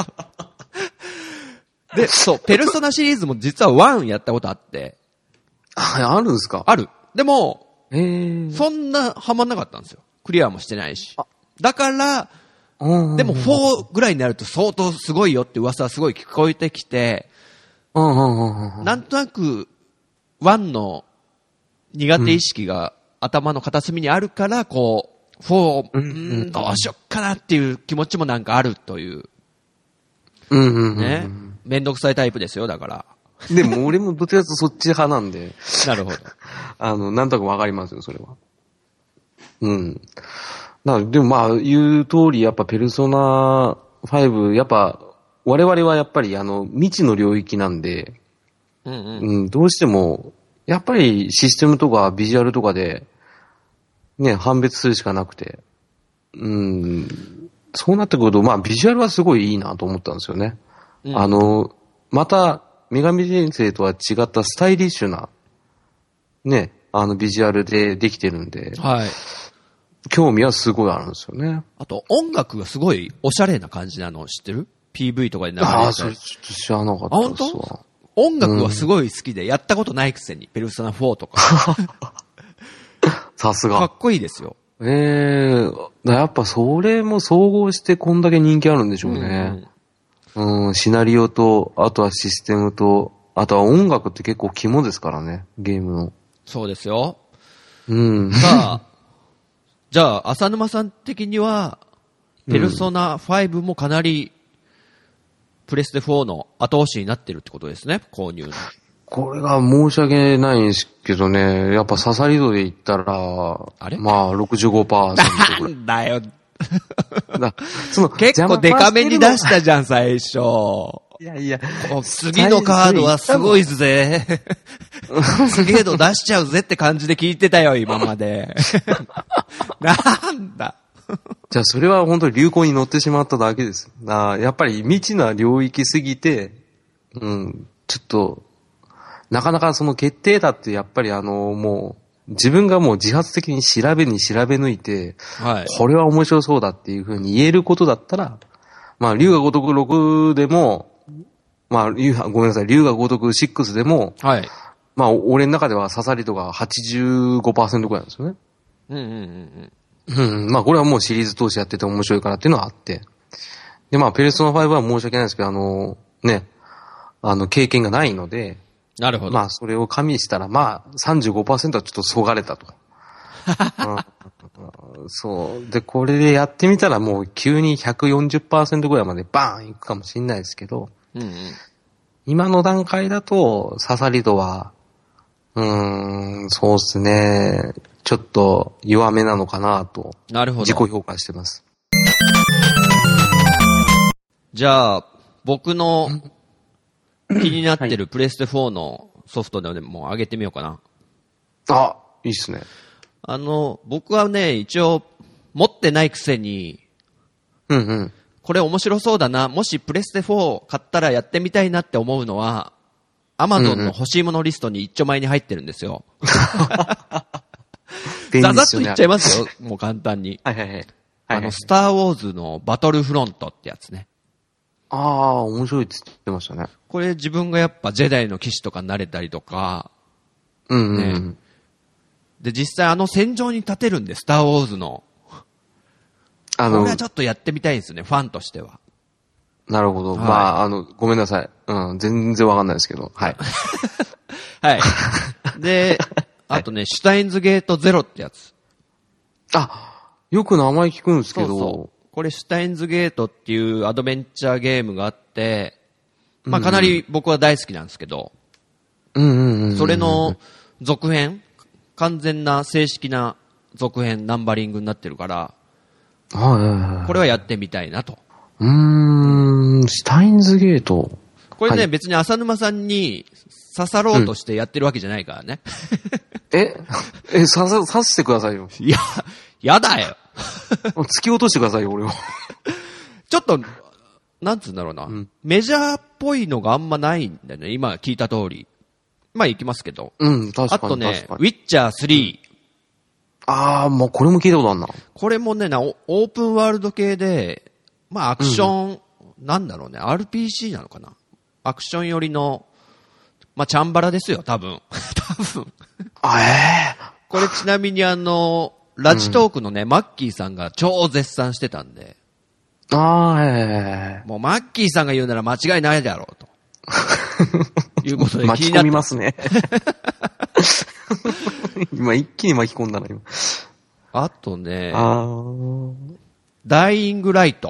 で、そう、ペルソナシリーズも実は1やったことあって。 あるんですか？ ある。でも、そんなハマんなかったんですよ。クリアもしてないし。だから、でも4ぐらいになると相当すごいよって噂はすごい聞こえてきて、なんとなく1の苦手意識が頭の片隅にあるから、こう、4、どうしよっかなっていう気持ちもなんかあるという。ね。めんどくさいタイプですよ、だから。 でも俺もどちらかというとそっち派なんで。 なるほど。なんとなくわかりますよ、それは。でもまあ、言う通り、やっぱペルソナ5、やっぱ、我々はやっぱり未知の領域なんで、どうしても、やっぱりシステムとかビジュアルとかで、ね、判別するしかなくて、そうなってくると、まあ、ビジュアルはすごいいいなと思ったんですよね。また、女神転生とは違ったスタイリッシュな、ね、ビジュアルでできてるんで、 はい。 興味はすごいあるんですよね。 あと、音楽がすごいおしゃれな感じなの知ってる？ PV とかで流れてる。 それちょっと知らなかったですわ。 本当？音楽はすごい好きで、やったことないくせに、ペルソナ4とか。 さすが。 かっこいいですよ。 やっぱそれも総合してこんだけ人気あるんでしょうね。シナリオと、あとはシステムと、あとは音楽って結構肝ですからね、ゲームの。 そうですよ。 さあ、じゃあ、浅沼さん的には、ペルソナ5もかなり、プレステ4の後押しになってるってことですね、購入の。 これが申し訳ないんですけどね、やっぱ刺さり度で言ったら、まあ 65% なんだよ。 結構デカめに出したじゃん、最初。 いやいや。 次のカードはすごいぜ。すげえの出しちゃうぜって感じで聞いてたよ、今まで。なんだ。 じゃあそれは本当に流行に乗ってしまっただけです。やっぱり未知な領域すぎて、ちょっと、なかなかその決定だってやっぱりもう、自分がもう自発的に調べ抜いて、これは面白そうだっていうふうに言えることだったら、まあ、龍が如く6でも、まあ、ごめんなさい、龍が如く6でも、まあ、俺の中では刺さり度が 85% くらいなんですよね。まあ、これはもうシリーズ通してやってて面白いからっていうのはあって。で、まあ、ペルソナ5は申し訳ないですけど、経験がないので、 なるほど。 まあ、それを加味したら、まあ、35% はちょっとそがれたと。そう。で、これでやってみたらもう急に 140% ぐらいまでバーンいくかもしれないですけど、今の段階だと刺さり度は、そうですね。ちょっと弱めなのかなと。 なるほど。 自己評価してます。 じゃあ、僕の気になってるプレステ4のソフトでも上げてみようかな。 いいっすね。 僕はね、一応、持ってないくせに、これ面白そうだな、もしプレステ4買ったらやってみたいなって思うのは、アマゾンの欲しいものリストに一丁前に入ってるんですよ。ざざっと言っちゃいますよ、もう簡単に。スターウォーズのバトルフロントってやつね。 面白いって言ってましたね。 これ自分がやっぱジェダイの騎士とかになれたりとか、で、実際戦場に立てるんで、スターウォーズの。これはちょっとやってみたいんですよね、ファンとしては。 なるほど。まあ、ごめんなさい。全然わかんないですけど。はい。 はい。で、あとね、シュタインズゲートゼロってやつ。 よく名前聞くんですけど。 そう。これシュタインズゲートっていうアドベンチャーゲームがあって、まあかなり僕は大好きなんですけど、それの続編、完全な正式な続編ナンバリングになってるから、これはやってみたいなと。 シュタインズゲート。 これね、 はい、 別に浅沼さんに刺さろうとしてやってるわけじゃないからね。 刺してくださいよ。 いや、やだよ。 突き落としてくださいよ、俺を。 ちょっと、なんつうんだろうな、うん。メジャーっぽいのがあんまないんだよね、今聞いた通り。まあ行きますけど。 うん、確かに。 あとね、ウィッチャー3。 もうこれも聞いたことあるな。 これもね、オープンワールド系で、まあアクション、なんだろうね、RPG なのかな。アクション寄りの、まあチャンバラですよ、多分。多分。これちなみにラジトークのね、マッキーさんが超絶賛してたんで。もうマッキーさんが言うなら間違いないだろうと。いうことで気になって。 巻き込みますね。今一気に巻き込んだな、今。 あとね、ダイイングライト。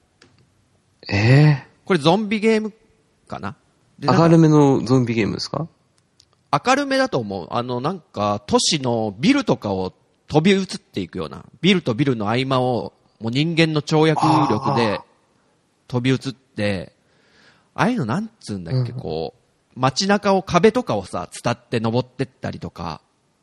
これゾンビゲームかな？ 明るめのゾンビゲームですか？ 明るめだと思う。なんか、都市のビルとかを飛び移っていくような、ビルとビルの合間を、もう人間の跳躍力で飛び移って、ああいうのなんつうんだっけ、こう、街中を壁とかをさ、伝って登ってったりとか、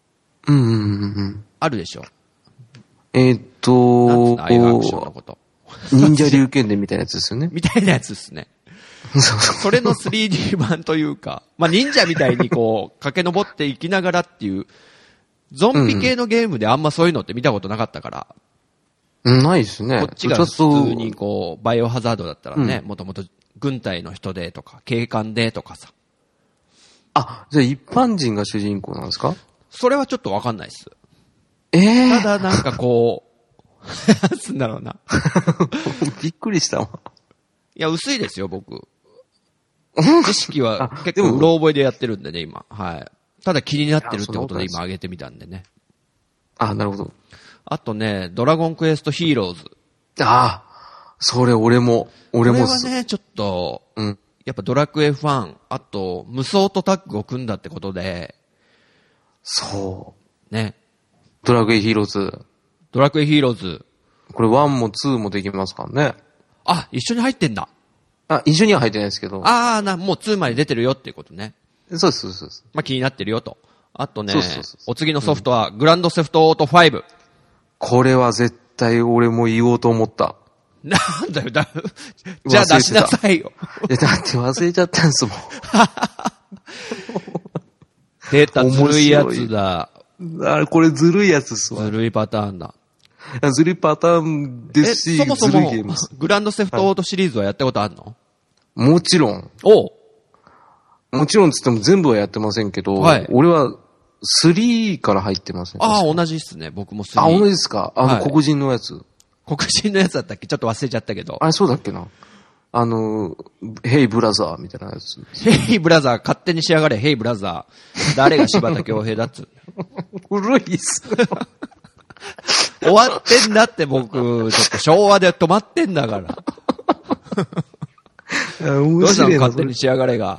あるでしょ。 なんつうの、 ああいうアクションのこと。 忍者龍剣伝みたいなやつですよね。 みたいなやつですね。それの 3D 版というか、まあ忍者みたいにこう、駆け上っていきながらっていう、ゾンビ系のゲームであんまそういうのって見たことなかったから。 ないですね。 こっちが普通にこう、バイオハザードだったらね、もともと軍隊の人でとか、警官でとかさ。 じゃあ一般人が主人公なんですか？ それはちょっとわかんないっす。ただなんかこう、なんつうんだろうな。 びっくりしたわ。 いや、薄いですよ、僕。知識は結構うろ覚えでやってるんでね、今。はい。ただ気になってるってことで今上げてみたんでね。 なるほど。 あとね、ドラゴンクエストヒーローズ。 それ俺もこれはね、ちょっと、やっぱドラクエファン、あと、無双とタッグを組んだってことで、 そう。 ね。 ドラクエヒーローズ。 ドラクエヒーローズ。 これ1も2もできますからね。 一緒に入ってんだ。 一緒には入ってないですけど。 もう2まで出てるよっていうことね。 そうです。 まあ、気になってるよと。あとね、お次のソフトは、グランドセフトオート5。 これは絶対俺も言おうと思った。 なんだよ、じゃあ出しなさいよ。 だって忘れちゃったんですもん。 出た、ずるいやつだ。 これずるいやつっすわ。 ずるいパターンだ。 ずるいパターンですし、 そもそもずるいゲームです。 グランドセフトオートシリーズはやったことあるの？ もちろん。もちろんつっても全部はやってませんけど、俺は3から入ってますね。 同じっすね。僕も3。 同じですか？黒人のやつ。 黒人のやつだったっけ？ちょっと忘れちゃったけど。 そうだっけな。ヘイブラザーみたいなやつ。 ヘイブラザー、勝手にしやがれ、ヘイブラザー。誰が柴田恭平だっつ古いっす。 終わってんだって僕、ちょっと昭和で止まってんだから。どうしたの勝手にしやがれが。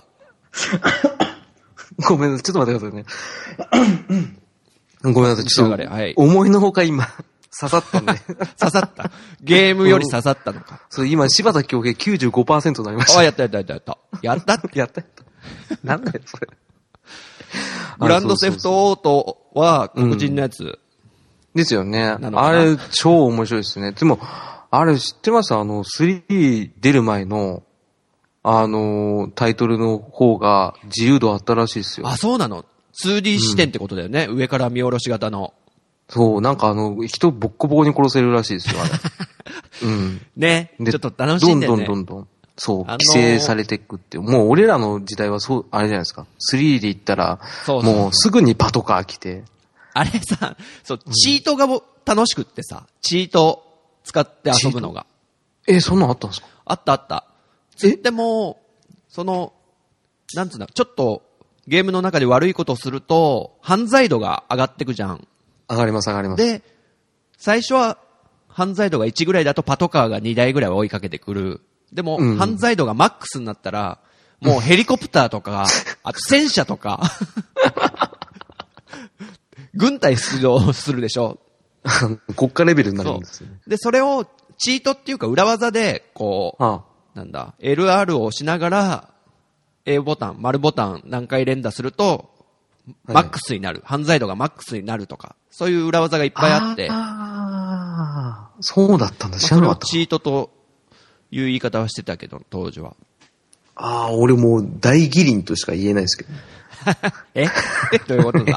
ごめんなさい、ちょっと待ってくださいね。ごめんなさい、ちょっと、思いのほか今、刺さったんで。 刺さった。ゲームより刺さったのか。 そう、今、柴田恭平 95% になりました。 やった。やったなんだよ、それ。 グランドセフトオートは黒人のやつ。 ですよね。あれ、超面白いですね。でも、あれ知ってます？3出る前の、タイトルの方が自由度あったらしいですよ。 そうなの？ 2D 視点ってことだよね。上から見下ろし型の。 そう、なんか人ボッコボコに殺せるらしいですよ、あれ。 ね。ちょっと楽しいんだよね。 どんどん。そう、規制されていくっていう。もう俺らの時代はそう、あれじゃないですか。3で言ったら、もうすぐにパトカー来て。 あれさ、そう、チートが楽しくってさ、チート使って遊ぶのが。 そんなのあったんですか？ あった。でも、なんつうんだ、ちょっとゲームの中で悪いことをすると、犯罪度が上がってくじゃん。 上がります。 で、最初は犯罪度が1ぐらいだとパトカーが2台ぐらいは追いかけてくる。でも、犯罪度がマックスになったら、もうヘリコプターとか、あと戦車とか、軍隊出動するでしょ。 国家レベルになるんですよね。 で、それをチートっていうか裏技で、こう、なんだ、LR を押しながら、 A ボタン、丸ボタン何回連打すると、マックスになる、犯罪度がマックスになるとか、そういう裏技がいっぱいあって。 ああ、そうだったんだ。知らなかった。 チートという言い方はしてたけど、当時は。 ああ、俺もう大義輪としか言えないですけど。 えどういうことだ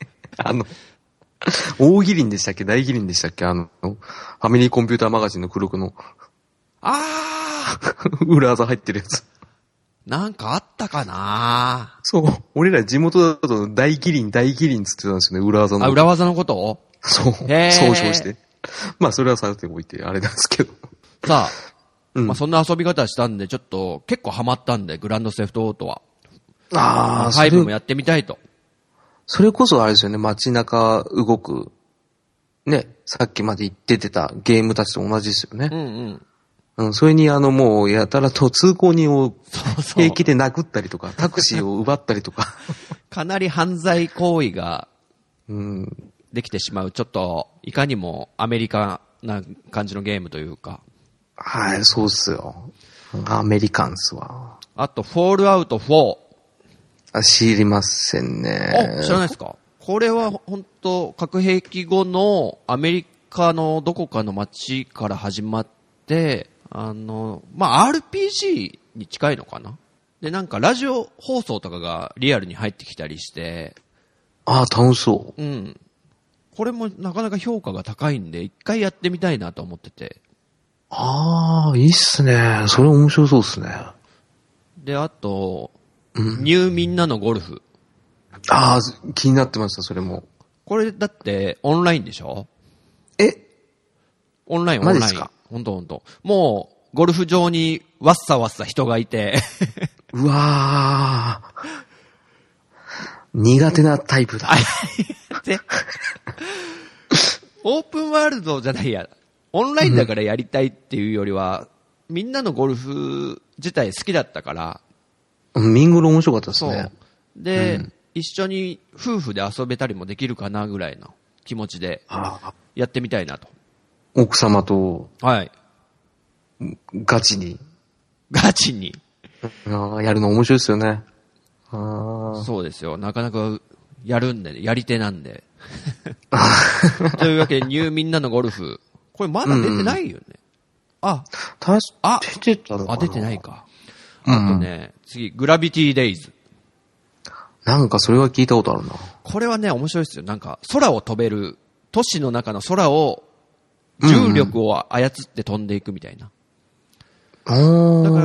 大義輪でしたっけ大義輪でしたっけファミリーコンピューターマガジンの付録の。裏技入ってるやつ。 なんかあったかな。 そう。俺ら地元だと大義輪つってたんですよね、裏技の。 裏技のことをそう。総称して。まあ、それはさておいて、あれなんですけど。 さあ、まあ、そんな遊び方したんで、ちょっと、結構ハマったんで、グランドセフトオートは。5もやってみたいと。 それこそあれですよね、街中動く、ね、さっきまで言ってたゲームたちと同じですよね。それにもうやたらと通行人を平気で殴ったりとか、タクシーを奪ったりとか。 かなり犯罪行為が、できてしまう、ちょっと、いかにもアメリカな感じのゲームというか。 はい、そうっすよ。アメリカンスは。 あと、フォールアウト4。 知りませんね。 知らないですか？これは本当核兵器後のアメリカのどこかの街から始まって、まあ、RPG に近いのかな？で、なんかラジオ放送とかがリアルに入ってきたりして。 ああ、楽しそう。 これもなかなか評価が高いんで、一回やってみたいなと思ってて。 ああ、いいっすね。それ面白そうっすね。 で、あと、ニューみんなのゴルフ。 ああ、気になってました、それも。 これだってオンラインでしょ？オンライン。 マジですか？ ほんと。もう、ゴルフ場にわっさわっさ人がいて。 うわー。苦手なタイプだ。 オープンワールドじゃないや。オンラインだからやりたいっていうよりは、みんなのゴルフ自体好きだったから。 ミングル面白かったですね。 そうで、一緒に夫婦で遊べたりもできるかなぐらいの気持ちでやってみたいなと。 奥様と、 はい。 ガチに。やるの面白いですよね。 そうですよ。なかなかやるんで、ね、やり手なんで。というわけで、ニューみんなのゴルフ。これまだ出てないよね。 出てたのかな？ 出てないか。あとね、次、グラビティデイズ。 なんかそれは聞いたことあるな。 これはね、面白いですよ。なんか、空を飛べる、都市の中の空を、重力を操って飛んでいくみたいな。だから、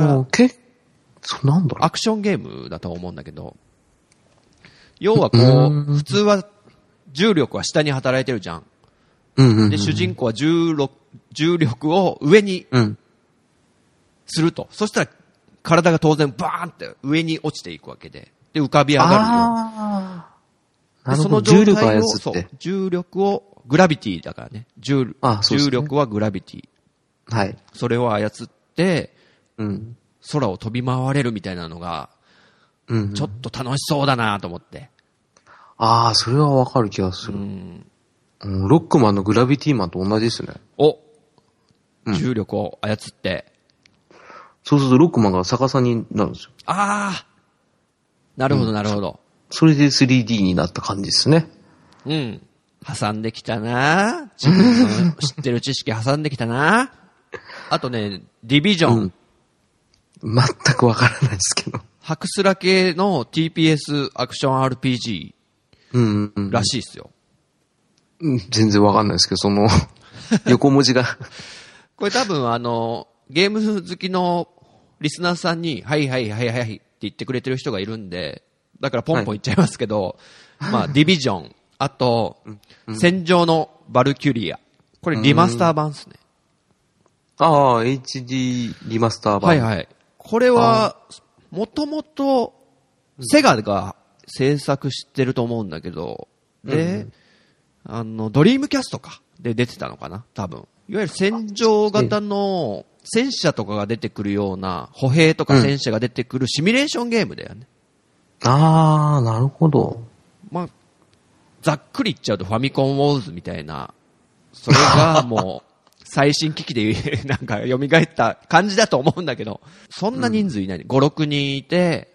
なんだろう。 アクションゲームだと思うんだけど、要はこう、普通は重力は下に働いてるじゃん。で、主人公は重力を上にすると。そしたら体が当然バーンって上に落ちていくわけで。で、浮かび上がるよ。で、その状態を、重力を、グラビティだからね。重力はグラビティ。 はい。 それを操って、空を飛び回れるみたいなのが、ちょっと楽しそうだなと思って。 それはわかる気がする。ロックマンのグラビティマンと同じですね。 重力を操って。 そうするとロックマンが逆さになるんですよ。 なるほど。 それで 3D になった感じですね。 挟んできたな。自分の知ってる知識挟んできたな。あとね、ディビジョン。 全くわからないですけど。 ハクスラ系の TPS アクション RPG らしいっすよ。 全然わかんないですけど、その、横文字が。 これ多分ゲーム好きのリスナーさんに、はいって言ってくれてる人がいるんで、だからポンポン言っちゃいますけど、まあ、ディビジョン、あと、戦場のバルキュリア。これリマスター版ですね。 HD リマスター版。 これは、もともと、セガが制作してると思うんだけど、で、ドリームキャストか。で出てたのかな多分。いわゆる戦場型の戦車とかが出てくるような、歩兵とか戦車が出てくるシミュレーションゲームだよね。 なるほど。 まあ、ざっくり言っちゃうとファミコンウォーズみたいな、それがもう、最新機器でなんか蘇った感じだと思うんだけど、そんな人数いない。5、6人いて、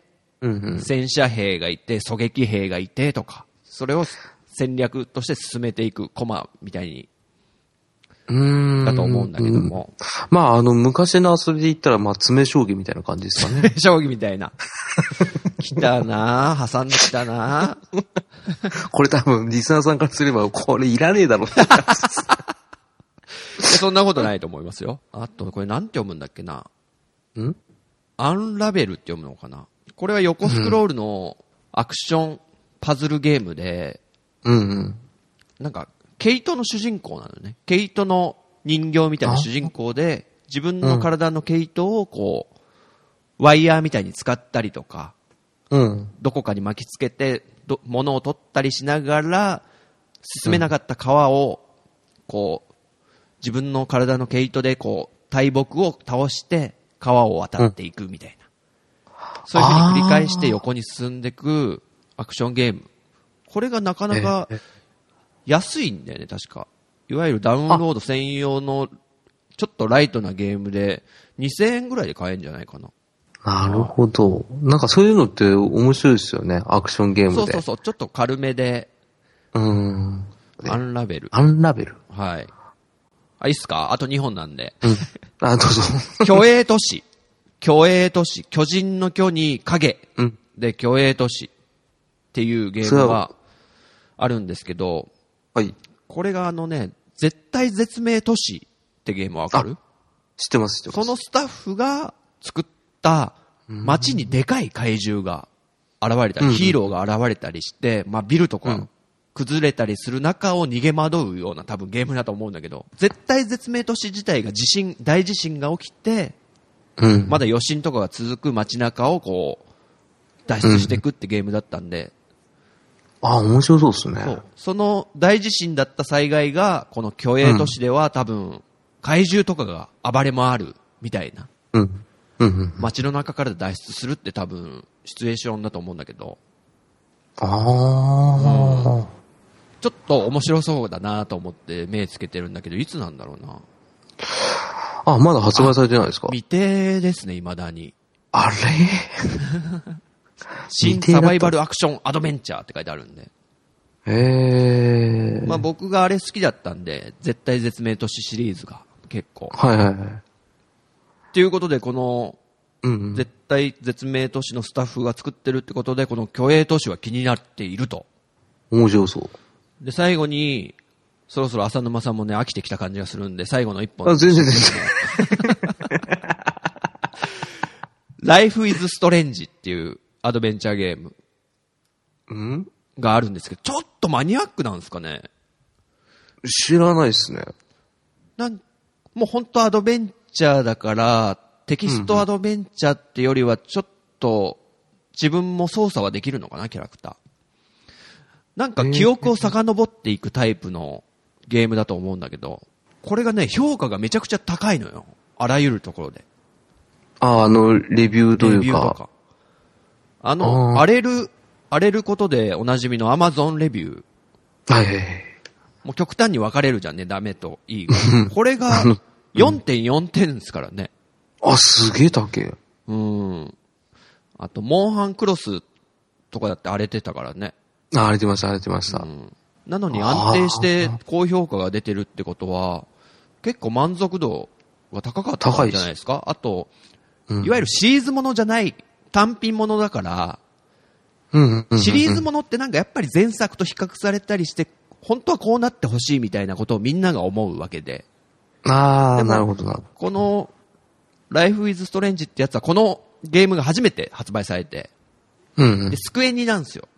戦車兵がいて、狙撃兵がいてとか、それを戦略として進めていくコマみたいに、だと思うんだけども。 まあ、昔の遊びで言ったら、まあ、詰将棋みたいな感じですかね。 将棋みたいな。来たなぁ、挟んできたなぁ。 これ多分、リスナーさんからすれば、これいらねえだろって感じです。 そんなことないと思いますよ。あと、これなんて読むんだっけな。アンラベルって読むのかな。これは横スクロールのアクションパズルゲームで、なんか、毛糸の主人公なのね。毛糸の人形みたいな主人公で、自分の体の毛糸をこう、ワイヤーみたいに使ったりとか、どこかに巻きつけて、物を取ったりしながら、進めなかった川を、こう、自分の体の毛糸でこう、大木を倒して、川を渡っていくみたいな。そういう風に繰り返して横に進んでいくアクションゲーム。これがなかなか安いんだよね、確か。いわゆるダウンロード専用のちょっとライトなゲームで2000円ぐらいで買えるんじゃないかな。 なるほど。なんかそういうのって面白いですよね、アクションゲームで。 そう、ちょっと軽めで。アンラベル。 アンラベル。 はい。いいっすか？あと2本なんで。 どうぞ。 巨栄都市。巨人の巨に影。で、巨栄都市っていうゲームがあるんですけど、 はい。 これが絶対絶命都市ってゲームわかる？ 知ってます。 そのスタッフが作った街にでかい怪獣が現れたり、ヒーローが現れたりして、まあビルとか崩れたりする中を逃げ惑うような多分ゲームだと思うんだけど、絶対絶命都市自体が大地震が起きて、まだ余震とかが続く街中をこう、脱出していくってゲームだったんで。 面白そうですね。 その大地震だった災害が、この巨栄都市では多分、怪獣とかが暴れ回るみたいな。街の中から脱出するって多分、シチュエーションだと思うんだけど。ちょっと面白そうだなと思って目つけてるんだけど、いつなんだろうな。 まだ発売されてないですか？ 未定ですね、未だに。 あれ新サバイバルアクションアドベンチャーって書いてあるんで。まあ僕があれ好きだったんで、絶対絶命都市シリーズが結構。っていうことで、この、絶対絶命都市のスタッフが作ってるってことで、この巨栄都市は気になっていると。 面白そう。 で、最後に、そろそろ浅沼さんもね、飽きてきた感じがするんで、最後の一本。 全然。 Life is Strange っていうアドベンチャーゲームがあるんですけど、ちょっとマニアックなんですかね？ 知らないですね。 もう本当アドベンチャーだから、テキストアドベンチャーってよりはちょっと自分も操作はできるのかな、キャラクター。なんか記憶を遡っていくタイプのゲームだと思うんだけど、これがね、評価がめちゃくちゃ高いのよ。あらゆるところで。 レビューというか。 レビューとか。荒れることでおなじみの Amazon レビュー。もう極端に分かれるじゃんね、ダメといいが。これが 4.4 点ですからね。 すげえ高え。 あと、モンハンクロスとかだって荒れてたからね。 荒れてました。 なのに安定して高評価が出てるってことは、結構満足度が高かったんじゃないですか。あと、いわゆるシリーズものじゃない単品ものだから、シリーズものってなんかやっぱり前作と比較されたりして、本当はこうなってほしいみたいなことをみんなが思うわけで。 なるほど。 この、Life is Strange ってやつはこのゲームが初めて発売されて、でスクエニなんですよ。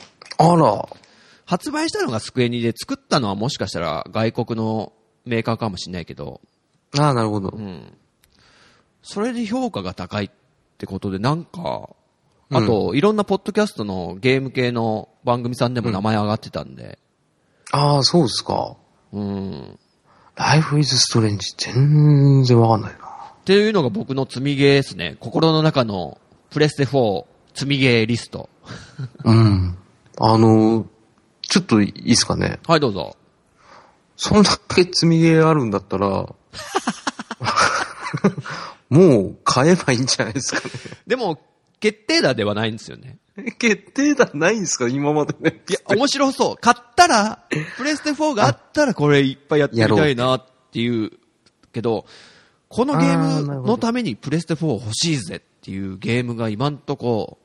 発売したのがスクエニで、作ったのはもしかしたら外国のメーカーかもしれないけど。 なるほど。 それで評価が高いってことで、なんか、あと、いろんなポッドキャストのゲーム系の番組さんでも名前上がってたんで。 そうですか。Life is Strange 全然わかんないな。 っていうのが僕の積みゲーですね。心の中のプレステ4積みゲーリスト。 ちょっといいですかね。 はい、どうぞ。 そんだけ積みゲーあるんだったら、もう買えばいいんじゃないですかね。 でも、 決定打ではないんですよね。 決定打ないんですか今までね。 いや、面白そう。買ったら、プレステ4があったらこれいっぱいやってみたいなっていうけど、このゲームのためにプレステ4欲しいぜっていうゲームが今んとこ、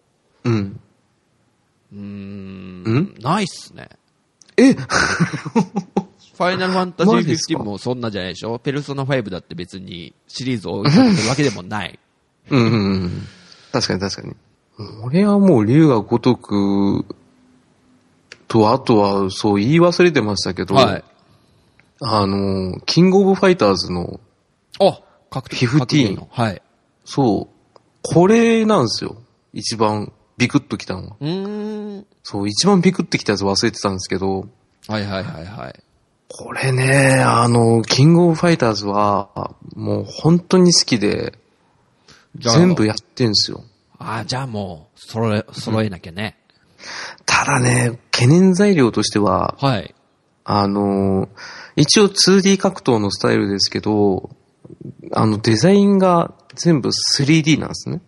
ないっすね。ファイナルファンタジー15もそんなじゃないでしょ。ペルソナ5だって別にシリーズを追いかけてるわけでもない。 確かに確かに。俺はもう龍が如くと、あとはそう言い忘れてましたけど、はい、キングオブファイターズの、15の、はい。そう。これなんですよ。一番ビクッときたのは。そう、一番ビクッときたやつ忘れてたんですけど、 はいはいはいはい。 これね、キングオブファイターズは、もう本当に好きで、全部やってんすよ。 じゃあもう、揃えなきゃね。 ただね、懸念材料としては、 はい。 一応 2D 格闘のスタイルですけど、デザインが全部 3D なんですね。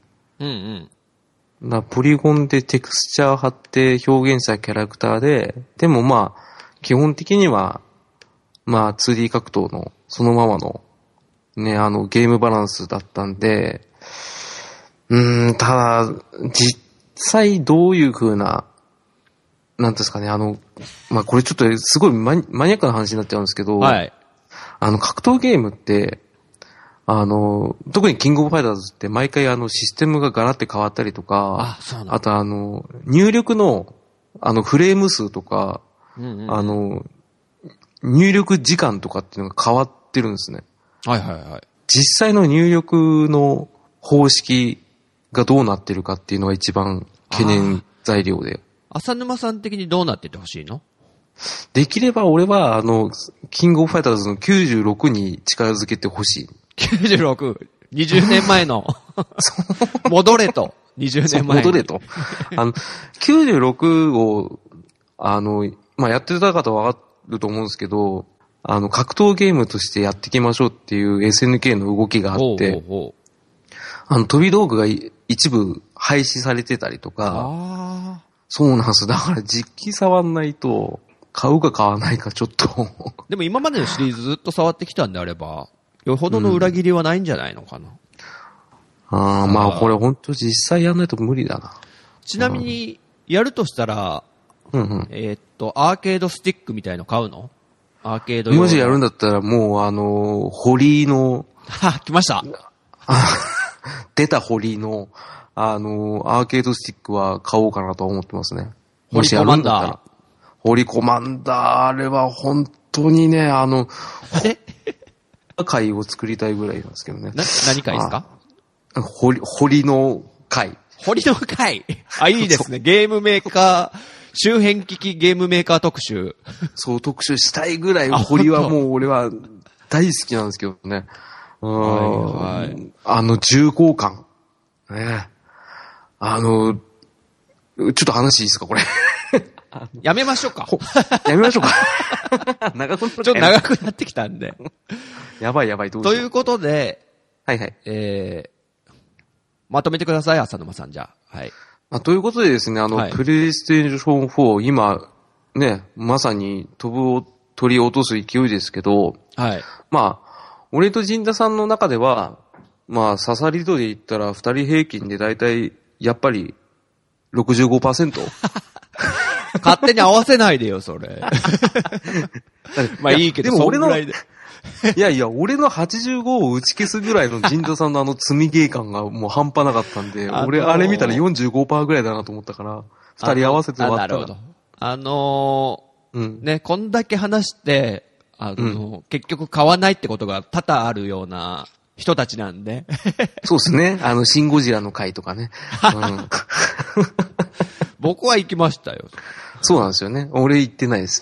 ポリゴンでテクスチャー貼って表現したキャラクターで、でもまあ、基本的には、2D 格闘のそのままの、ね、ゲームバランスだったんで、ただ、実際どういう風な、なんですかね、これちょっとすごいマニアックな話になっちゃうんですけど、はい。格闘ゲームって、特にキングオブファイターズって毎回システムがガラッて変わったりとか、あと入力の、フレーム数とか、入力時間とかっていうのが変わってるんですね。 はいはいはい。 実際の入力の方式がどうなってるかっていうのが一番懸念材料で。 浅沼さん的にどうなっててほしいの？ できれば俺はキングオブファイターズの96に近づけてほしい。 96、20年前の。戻れと。20年前。 戻れと。96を、やってた方はわかると思うんですけど、格闘ゲームとしてやっていきましょうっていう SNK の動きがあって、飛び道具が一部廃止されてたりとか、そうなんです。だから実機触んないと、買うか買わないかちょっと。 でも今までのシリーズずっと触ってきたんであれば、よほどの裏切りはないんじゃないのかな。 これ本当実際やんないと無理だな。 ちなみに、やるとしたら、アーケードスティックみたいの買うの？アーケード用の。 もしやるんだったらもう堀井の。 来ました。 出た堀井の、アーケードスティックは買おうかなと思ってますね。もしやるんだったら。ホリコマンダー、あれは本当にね、会を作りたいぐらいなんですけどね。 何会ですか？ 堀の会。 堀の会。いいですね。ゲームメーカー、周辺機器ゲームメーカー特集。 そう、特集したいぐらい、堀はもう俺は大好きなんですけどね。はい。重厚感。ね。ちょっと話いいですか、これ。 やめましょうか。 やめましょうか。 ちょっと長くなってきたんで。 やばい、どうしよう。 ということで、 はいはい。 まとめてください、浅沼さん、じゃあ。はい。 ということでですね、プレイステーション4、今、ね、まさに鳥を落とす勢いですけど、 はい。 俺と陣田さんの中では、刺さり度で言ったら、二人平均でだいたい、やっぱり、65%? 勝手に合わせないでよ、それ。いいけど、 でも俺の、いや、俺の85を打ち消すぐらいの陣田さんの積みゲー感がもう半端なかったんで、俺あれ見たら 45% ぐらいだなと思ったから、二人合わせて割ったら。なるほど。ね、こんだけ話して、結局買わないってことが多々あるような人たちなんで。 そうですね。シンゴジラの回とかね。 僕は行きましたよ。 そうなんですよね。俺行ってないです。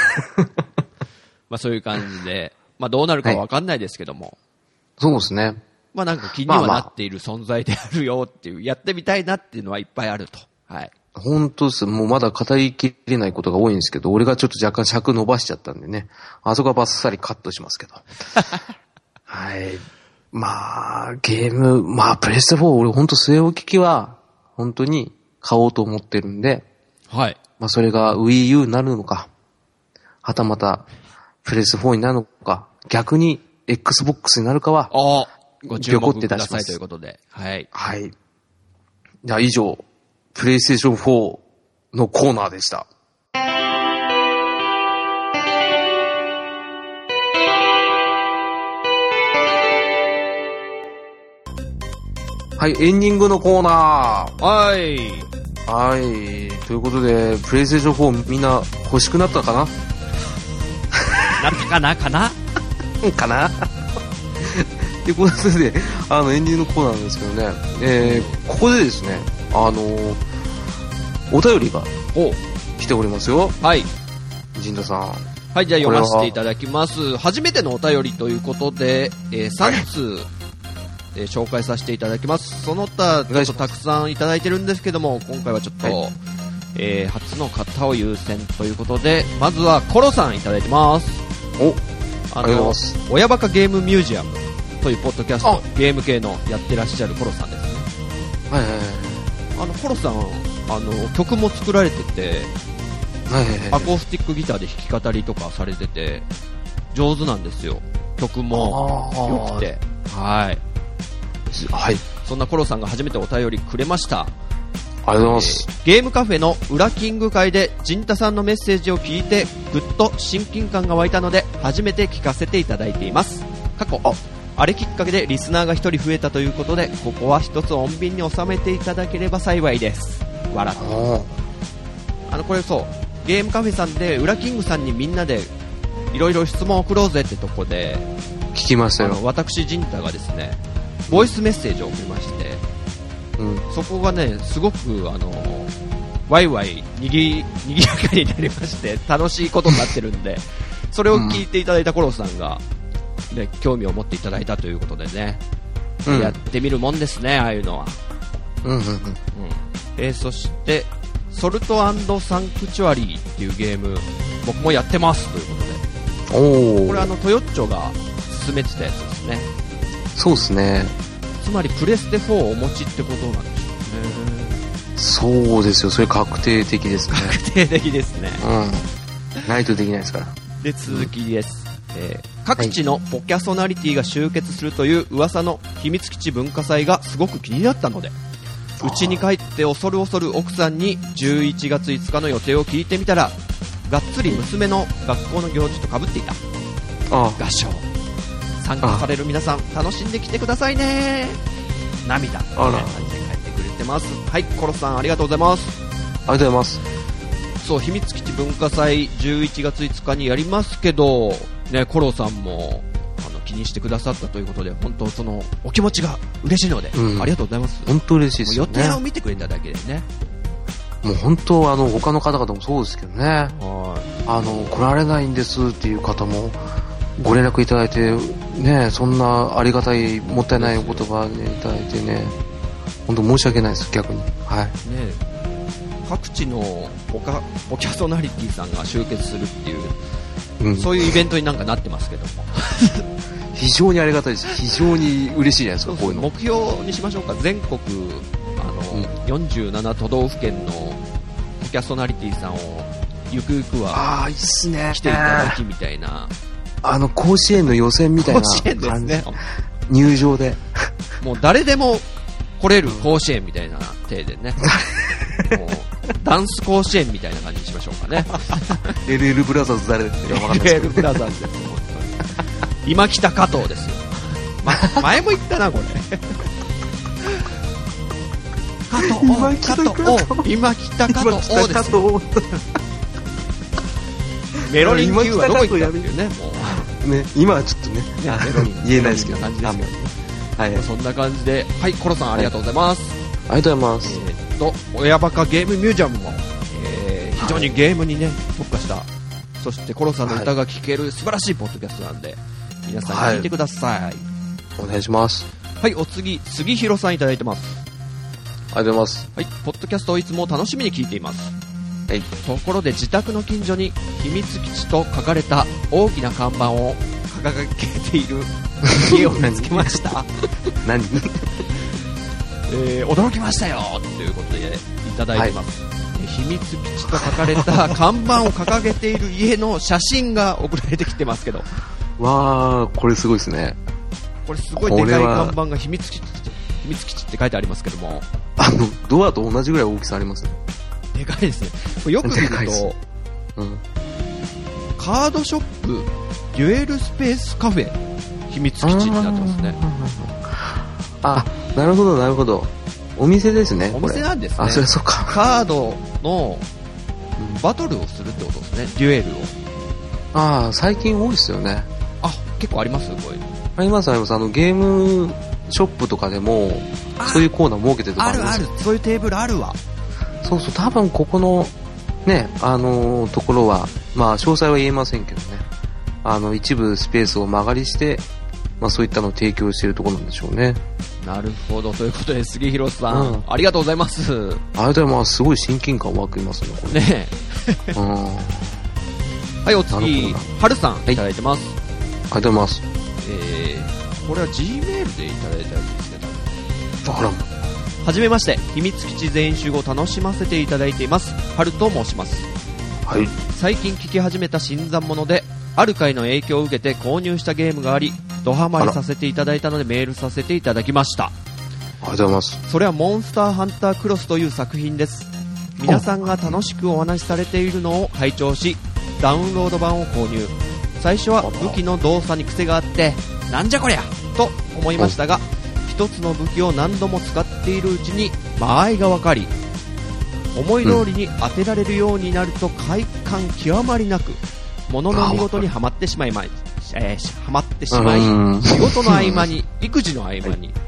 そういう感じで、どうなるかわかんないですけども。はい、 そうですね。 なんか気にはなっている存在であるよっていう、やってみたいなっていうのはいっぱいあると。はい。 本当です。もうまだ語りきれないことが多いんですけど、俺がちょっと若干尺伸ばしちゃったんでね。あそこはバッサリカットしますけど。はい。ゲーム、プレステ4、俺ほんと据え置き機は、 本当に買おうと思ってるんで、 はい。 まあそれが Wii U になるのか、はたまたプレス4になるのか、逆に Xbox になるかは、 ご注目くださいということで。はい。 はい。じゃあ以上、プレイステーション4のコーナーでした。はい、エンディングのコーナー。 はい。 はい。ということで、プレイステーション4みんな欲しくなったかななったかなかなかなってことで、エンディングのコーナーなんですけどね、ここでですね、お便りが来ておりますよ。 はい。 陣田さん。 はい、じゃあ読ませていただきます。初めてのお便りということで、3通、紹介させていただきます。その他、ちょっとたくさんいただいてるんですけども、今回はちょっと、初の方を優先ということで、まずはコロさんいただいてます。 ありがとうございます。 親バカゲームミュージアムというポッドキャスト、ゲーム系のやってらっしゃるコロさんですね。 はいはいはい。 コロさん、曲も作られてて、 はいはいはい、 アコースティックギターで弾き語りとかされてて、上手なんですよ。曲も良くて。はい。 はい。 そんなコロさんが初めてお便りくれました。 ありがとうございます。 ゲームカフェの裏キング会で陣太さんのメッセージを聞いてぐっと親近感が湧いたので初めて聞かせていただいています。過去あれきっかけでリスナーが一人増えたということで、ここは一つ穏便に収めていただければ幸いです。笑って。これそうゲームカフェさんで裏キングさんにみんなでいろいろ質問を送ろうぜってとこで聞きましたよ。 私陣太がですねボイスメッセージを送りまして、そこがねすごくワイワイにぎやかになりまして楽しいことになってるんでそれを聞いていただいたコロさんが、ね、興味を持っていただいたということでね、やってみるもんですね、ああいうのは。そしてソルト&サンクチュアリーっていうゲーム僕もやってますということで、これトヨッチョが勧めてたやつですね。 そうですね。 つまりプレステ4をお持ちってことなんでしょうね。 そうですよ。それ確定的ですね。 確定的ですね。 ないとできないですから。 で続きです。各地のポキャソナリティが集結するという噂の秘密基地文化祭がすごく気になったので、家に帰って恐る恐る奥さんに11月5日の予定を聞いてみたら、がっつり娘の学校の行事と被っていた。合唱参加される皆さん楽しんできてくださいね。涙って感じで帰ってくれてます。はい、コロさんありがとうございます。 ありがとうございます。 そう秘密基地文化祭11月5日にやりますけどね、コロさんも気にしてくださったということで本当そのお気持ちが嬉しいので、ありがとうございます。 本当嬉しいですよね。 予定を見てくれただけでね、 もう本当他の方々もそうですけどね、来られないんですっていう方もご連絡いただいてね、そんなありがたいもったいないお言葉ねいただいてね、本当申し訳ないです逆に。はいね、 各地のポキャソナリティさんが集結するっていう、そういうイベントになんかなってますけども非常にありがたいです。非常に嬉しいじゃないですか。こういうの目標にしましょうか。全国47都道府県のポキャソナリティさんをゆくゆくはいいっすね来ていただきみたいな、 甲子園の予選みたいな甲子園ですね。 入場でもう誰でも来れる甲子園みたいな体でねもうダンス甲子園みたいな感じにしましょうかね LL ブラザーズ誰ですか。分かんないですけど LL ブラザーズです。本当に今北加藤ですよ、前も言ったなこれ今北加藤ですよメロリン Q はどこ行ったっていうね、もうね、今はちょっとねメロリン言えないですけど感じですけどね。 はい、 そんな感じで、はい、コロさんありがとうございます。 ありがとうございます。 親バカゲームミュージアムも、非常にゲームにね特化した、そしてコロさんの歌が聴ける素晴らしいポッドキャストなんで、皆さん聞いてください。 お願いします。 はい、お次杉弘さんいただいてます。 ありがとうございます。 はい、ポッドキャストをいつも楽しみに聞いています。 はい、 ところで自宅の近所に秘密基地と書かれた大きな看板を掲げている家を見つけました何驚きましたよということでいただいてます、秘密基地と書かれた看板を掲げている家の写真が送られてきてますけど、 わー、これすごいですね。 これすごいでかい看板が秘密基地って書いてありますけども、 ドアと同じぐらい大きさありますね。 でかいですね。これよく見ると、カードショップデュエルスペースカフェ秘密基地になってますね。 あ、なるほどなるほど。お店ですね。 お店なんですね。 あ、それそうか。 カードのバトルをするってことですね。デュエルを。 ああ、最近多いですよね。 あ、結構ありますこれ。 ありますあります。ゲームショップとかでもそういうコーナー設けてるとかあります。 ある。そういうテーブルあるわ。 そうそう。多分ここのね、ところはまあ詳細は言えませんけどね。一部スペースを間借りして、まあそういったのを提供しているところなんでしょうね。 なるほど。ということで杉弘さん、ありがとうございます。 ありがとうございます。すごい親近感湧きますね。これねはい、お次はるさんいただいてます。 ありがとうございます。 これは G メールでいただいたやつですね。 あら。 はじめまして、秘密基地全員集合楽しませていただいています。はると申します。 はい。 最近聞き始めた新参者で、ある回の影響を受けて購入したゲームがあり、ドハマりさせていただいたのでメールさせていただきました。 ありがとうございます。 それはモンスターハンタークロスという作品です。皆さんが楽しくお話しされているのを拝聴し、ダウンロード版を購入。最初は武器の動作に癖があってなんじゃこりゃと思いましたが、一つの武器を何度も使っているうちに間合いが分かり、思い通りに当てられるようになると快感極まりなく、物の見事にはまってしまい、仕事の合間に育児の合間に、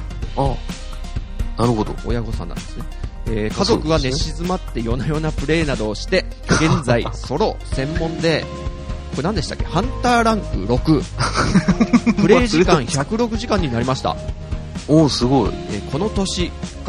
なるほど。 親御さんなんですね。家族が寝静まって夜な夜なプレイなどをして、現在ソロ専門で、これ何でしたっけ、ハンターランク6プレイ時間106時間になりました。 おー、すごい。 この年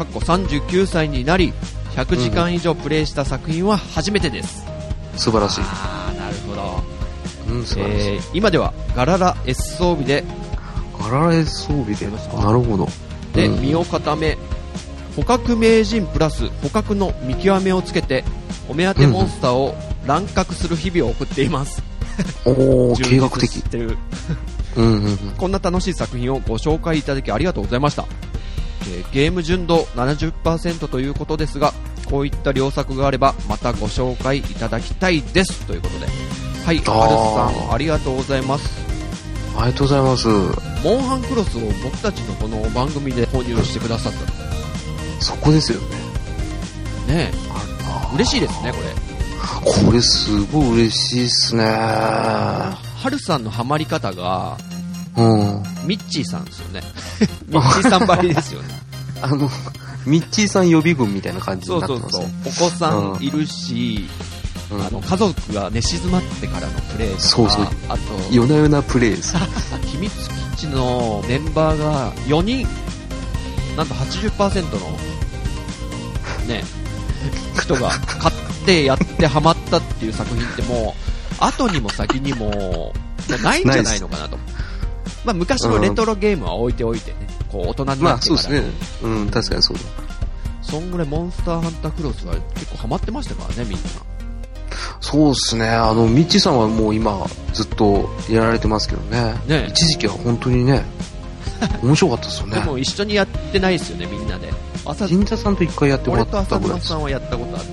39歳になり100時間以上プレイした作品は初めてです。 素晴らしい。 あー、なるほど。 素晴らしい。 今ではガララ S 装備でなるほど。 で、身を固め、捕獲名人プラス捕獲の見極めをつけてお目当てモンスターを乱獲する日々を送っています。 おー、計画的。 こんな楽しい作品をご紹介いただきありがとうございました。ゲーム純度 70% ということですが、こういった良作があればまたご紹介いただきたいですということで、はい、はるさんありがとうございます。 ありがとうございます。 モンハンクロスを僕たちのこの番組で購入してくださった。 そこですよね。 ねえ、嬉しいですね。 これすごい嬉しいっすね。 はるさんのハマり方が、ミッチーさんですよね。ミッチーさんばりですよね。 ミッチーさん予備軍みたいな感じになってますね。 お子さんいるし、家族が寝静まってからのプレイとか、 そうあと夜な夜なプレイです。 秘密基地のメンバーが4人、なんと 80% のね人が買ってやってハマったっていう作品ってもう後にも先にもないんじゃないのかなと。まあ昔のレトロゲームは置いておいてね、こう大人になってから、 そうですね。確かにそうだ。 そんぐらいモンスターハンタークロスは結構ハマってましたからね、みんな。 そうですね。ミッチーさんはもう今ずっとやられてますけどね。一時期は本当にね、面白かったですよね。 でも一緒にやってないですよね、みんなで。 神田さんと一回やってもらったぐらい。 俺と浅沼さんはやったことあって、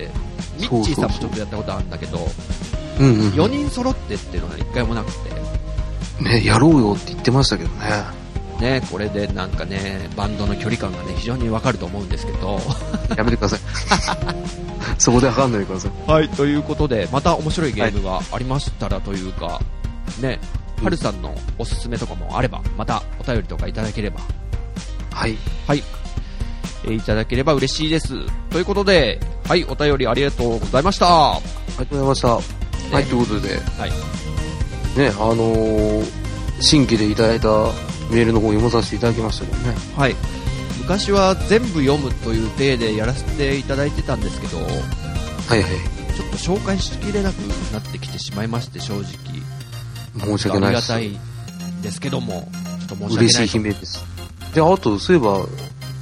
ミッチーさんもちょっとやったことあるんだけど、4人揃ってっていうのが一回もなくて。 ね、やろうよって言ってましたけどね。 ね、これでなんかね、バンドの距離感がね、非常にわかると思うんですけど。 やめてください。そこで測んないでください。 はい、ということで、また面白いゲームがありましたらというか、ね、はるさんのおすすめとかもあれば、またお便りとかいただければ。 はい。 はい。いただければ嬉しいです。ということで、はい、お便りありがとうございました。 ありがとうございました。はい、ということで、 はい。 ね、新規でいただいたメールの方を読まさせていただきましたけどね。 はい。昔は全部読むという体でやらせていただいてたんですけど、 はいはい。 ちょっと紹介しきれなくなってきてしまいまして、正直。 申し訳ないです。 ありがたいですけども、ちょっと申し訳ない。 嬉しい悲鳴です。で、あと、そういえば、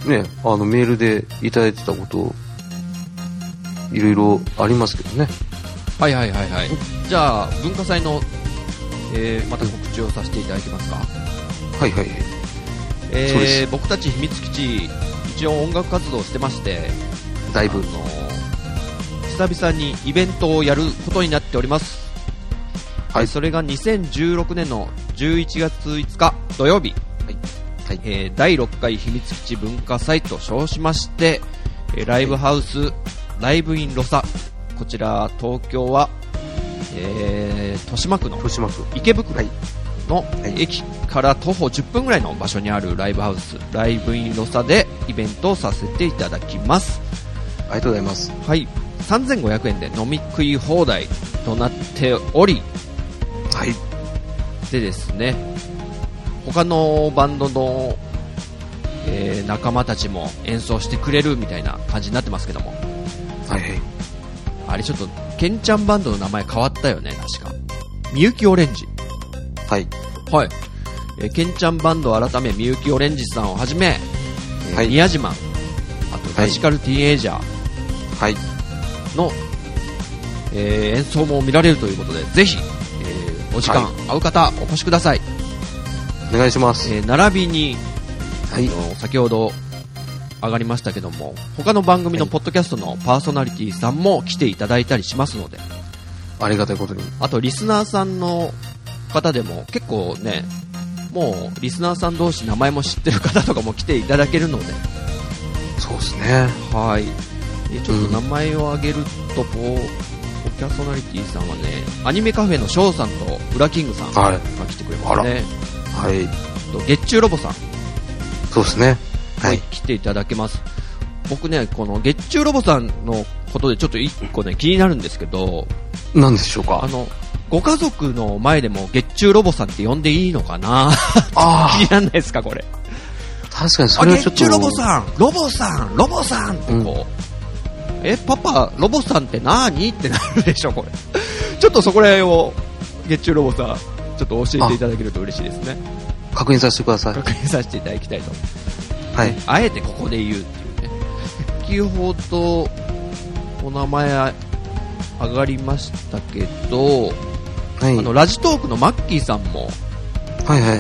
ね、メールでいただいてたこと、いろいろありますけどね。 はいはいはいはい。じゃあ、文化祭の、また告知をさせていただきますか。 はいはい。 僕たち秘密基地、一応音楽活動してまして、 だいぶ。 久々にイベントをやることになっております。はい。それが2016年の11月5日土曜日。はい。第6回秘密基地文化祭と称しまして、ライブハウス、ライブインロサ。こちら、東京は、豊島区の池袋の駅から徒歩10分ぐらいの場所にあるライブハウス、ライブインロサでイベントをさせていただきます。 ありがとうございます。 はい。3500円で飲み食い放題となっており、 はい。 でですね、他のバンドの、仲間たちも演奏してくれるみたいな感じになってますけども。 はいはい。 あれちょっと、ケンちゃんバンドの名前変わったよね、確か。みゆきオレンジ。 はい。 はい。ケンちゃんバンド改めみゆきオレンジさんをはじめ、 はい、 宮島、あとラジカルティーンエイジャー。 はい。 の、演奏も見られるということで、ぜひ、お時間、はい、合う方お越しください。 お願いします。 並びに、 はい、 先ほど上がりましたけども、他の番組のポッドキャストのパーソナリティさんも来ていただいたりしますので、 ありがたいことに。 あとリスナーさんの方でも結構ね、もうリスナーさん同士名前も知ってる方とかも来ていただけるので、 そうですね。 はい。ちょっと名前を挙げると、ポキャソナリティさんはね、アニメカフェのショーさんとウラキングさんが来てくれますね。 はい。 と月中ロボさん。 そうですね。はい。 来ていただけます。僕ね、この月中ロボさんのことでちょっと一個ね、気になるんですけど。 何でしょうか。 ご家族の前でも月中ロボさんって呼んでいいのかな気にならないですか、これ。 確かにそれはちょっと。 月中ロボさん、ロボさん、ロボさんってこう、パパ、ロボさんって何ってなるでしょ、これ。ちょっとそこら辺を、月中ロボさん、ちょっと教えていただけると嬉しいですね。 確認させてください。 確認させていただきたいと。 はい。 あえてここで言うっていうね。先ほど、お名前上がりましたけど、はい、ラジトークのマッキーさんも、 はいはいはい。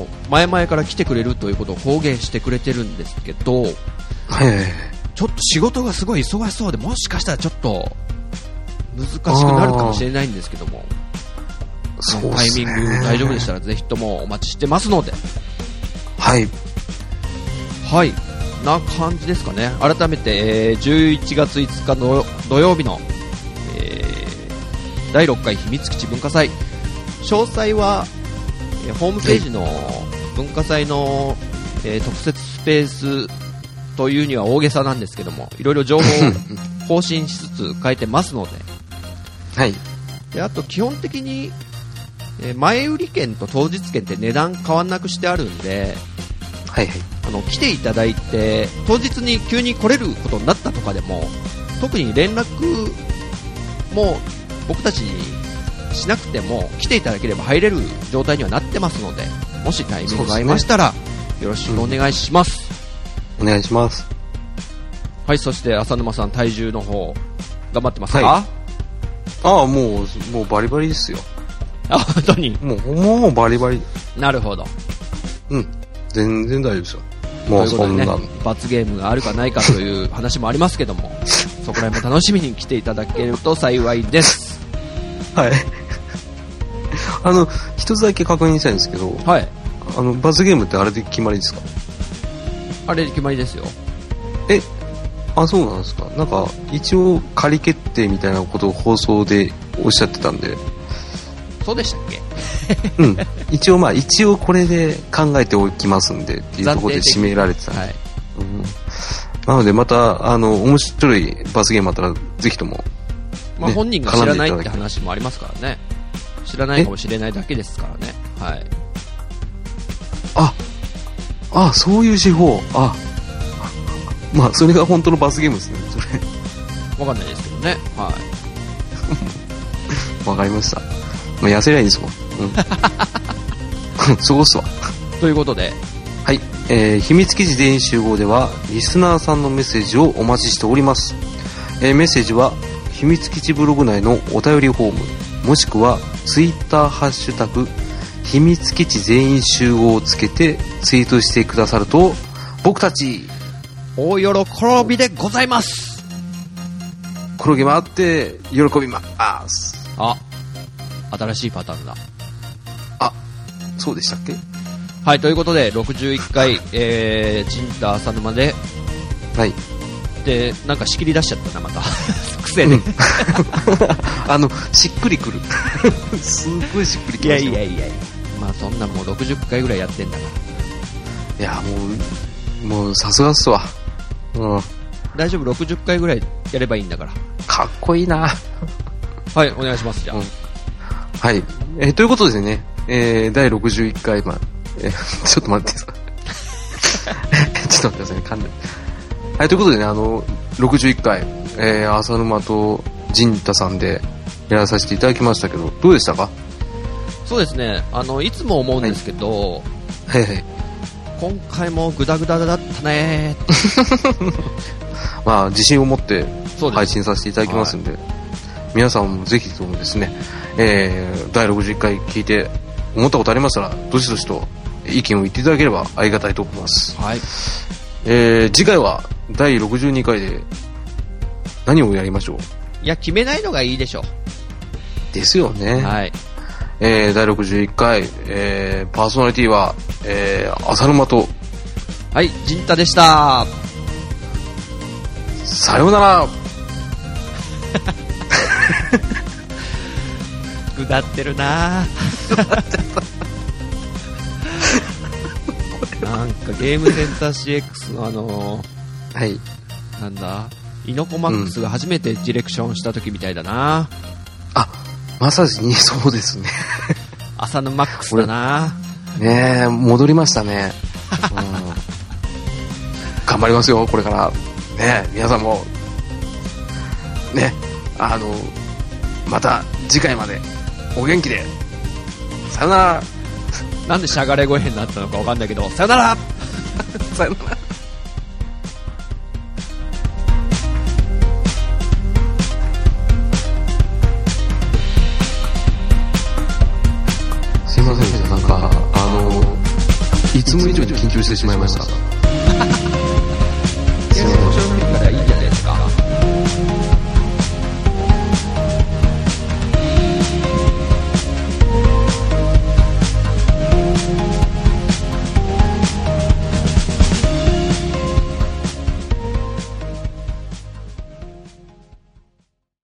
前々から来てくれるということを公言してくれてるんですけど、 はいはいはい。 ちょっと仕事がすごい忙しそうで、もしかしたらちょっと難しくなるかもしれないんですけども、 そうタイミング大丈夫でしたらぜひともお待ちしてますので、 はいはいな感じですかね。改めて、11月5日の土曜日の、第6回秘密基地文化祭、詳細は、ホームページの文化祭の、特設スペースというには大げさなんですけども、いろいろ情報を更新しつつ書いてますので、 はい。 で、あと基本的に、前売り券と当日券って値段変わんなくしてあるんで、 はいはい。 来ていただいて、当日に急に来れることになったとかでも、特に連絡も僕たちにしなくても、来ていただければ入れる状態にはなってますので、もしタイミングが合いましたら、よろしくお願いします。 お願いします。 はい、そして浅沼さん、体重の方、頑張ってますか？ はい、ああ、もうバリバリですよ。 あ、本当に？ もうバリバリ。 なるほど。 うん。全然大丈夫ですよ。もうそんな、ね、 罰ゲームがあるかないかという話もありますけども、そこら辺も楽しみに来ていただけると幸いです。 はい。一つだけ確認したいんですけど、 はい。 罰ゲームってあれで決まりですか？ あれで決まりですよ。 そうなんですか。なんか一応仮決定みたいなことを放送でおっしゃってたんで。 そうでしたっけ？ うん。一応これで考えておきますんでっていうところで締められてたんで。はい。うん、なのでまた面白い罰ゲームあったらぜひとも、ね、 まあ本人が知らないって話もありますからね。知らないかもしれないだけですからね。はい。そういう手法。まあそれが本当の罰ゲームですね。それ。わかんないですけどね。はい。 わかりました。まあ、痩せりゃいいですもん。うん。そうっすわ。 ということで、 はい。 秘密基地全員集合ではリスナーさんのメッセージをお待ちしております。メッセージは秘密基地ブログ内のお便りフォーム、もしくはツイッターハッシュタグ秘密基地全員集合をつけてツイートしてくださると、僕たち大喜びでございます。 転げ回って喜びます。 あ、新しいパターンだ。 あ、そうでしたっけ。 はい、ということで61回、ジンタ浅沼で、 はい。 で、なんか仕切り出しちゃったな、また。癖で。 しっくりくる。すっごいしっくりきましたよ。 いや。まあそんなもう60回ぐらいやってんだから。 いや、もうさすがっすわ。うん。 大丈夫、60回ぐらいやればいいんだから。 かっこいいな。 はい、お願いします、じゃあ。 はい。ということでね、第61回、ちょっと待ってさ。ちょっと待ってくださいね、噛んで。はい、ということでね、61回、浅沼と陣太さんでやらさせていただきましたけど、どうでしたか？ そうですね、いつも思うんですけど、 はいはい。 今回もグダグダだったねまあ、自信を持って配信させていただきますんで、 はい、 皆さんもぜひともですね、第61回聞いて思ったことありましたら、どしどしと意見を言っていただければありがたいと思います。 はい。 次回は第62回で何をやりましょう？ いや、決めないのがいいでしょ。 ですよね。 はい。 第61回、パーソナリティは、浅沼と、 はい、陣太でした。 さようなら。 ぐだってるななんかゲームセンター CX のはい。 なんだ、イノコマックスが初めてディレクションした時みたいだな。 あ、まさにそうですね。 浅野マックスだな。 ねえ、戻りましたね。頑張りますよ、これから。ねえ、皆さんも、ね、また次回までお元気で。さよなら。 なんでしゃがれ声になったのかわかんないけど、さよなら。 さよなら。すいません、なんかいつも以上に緊張してしまいました。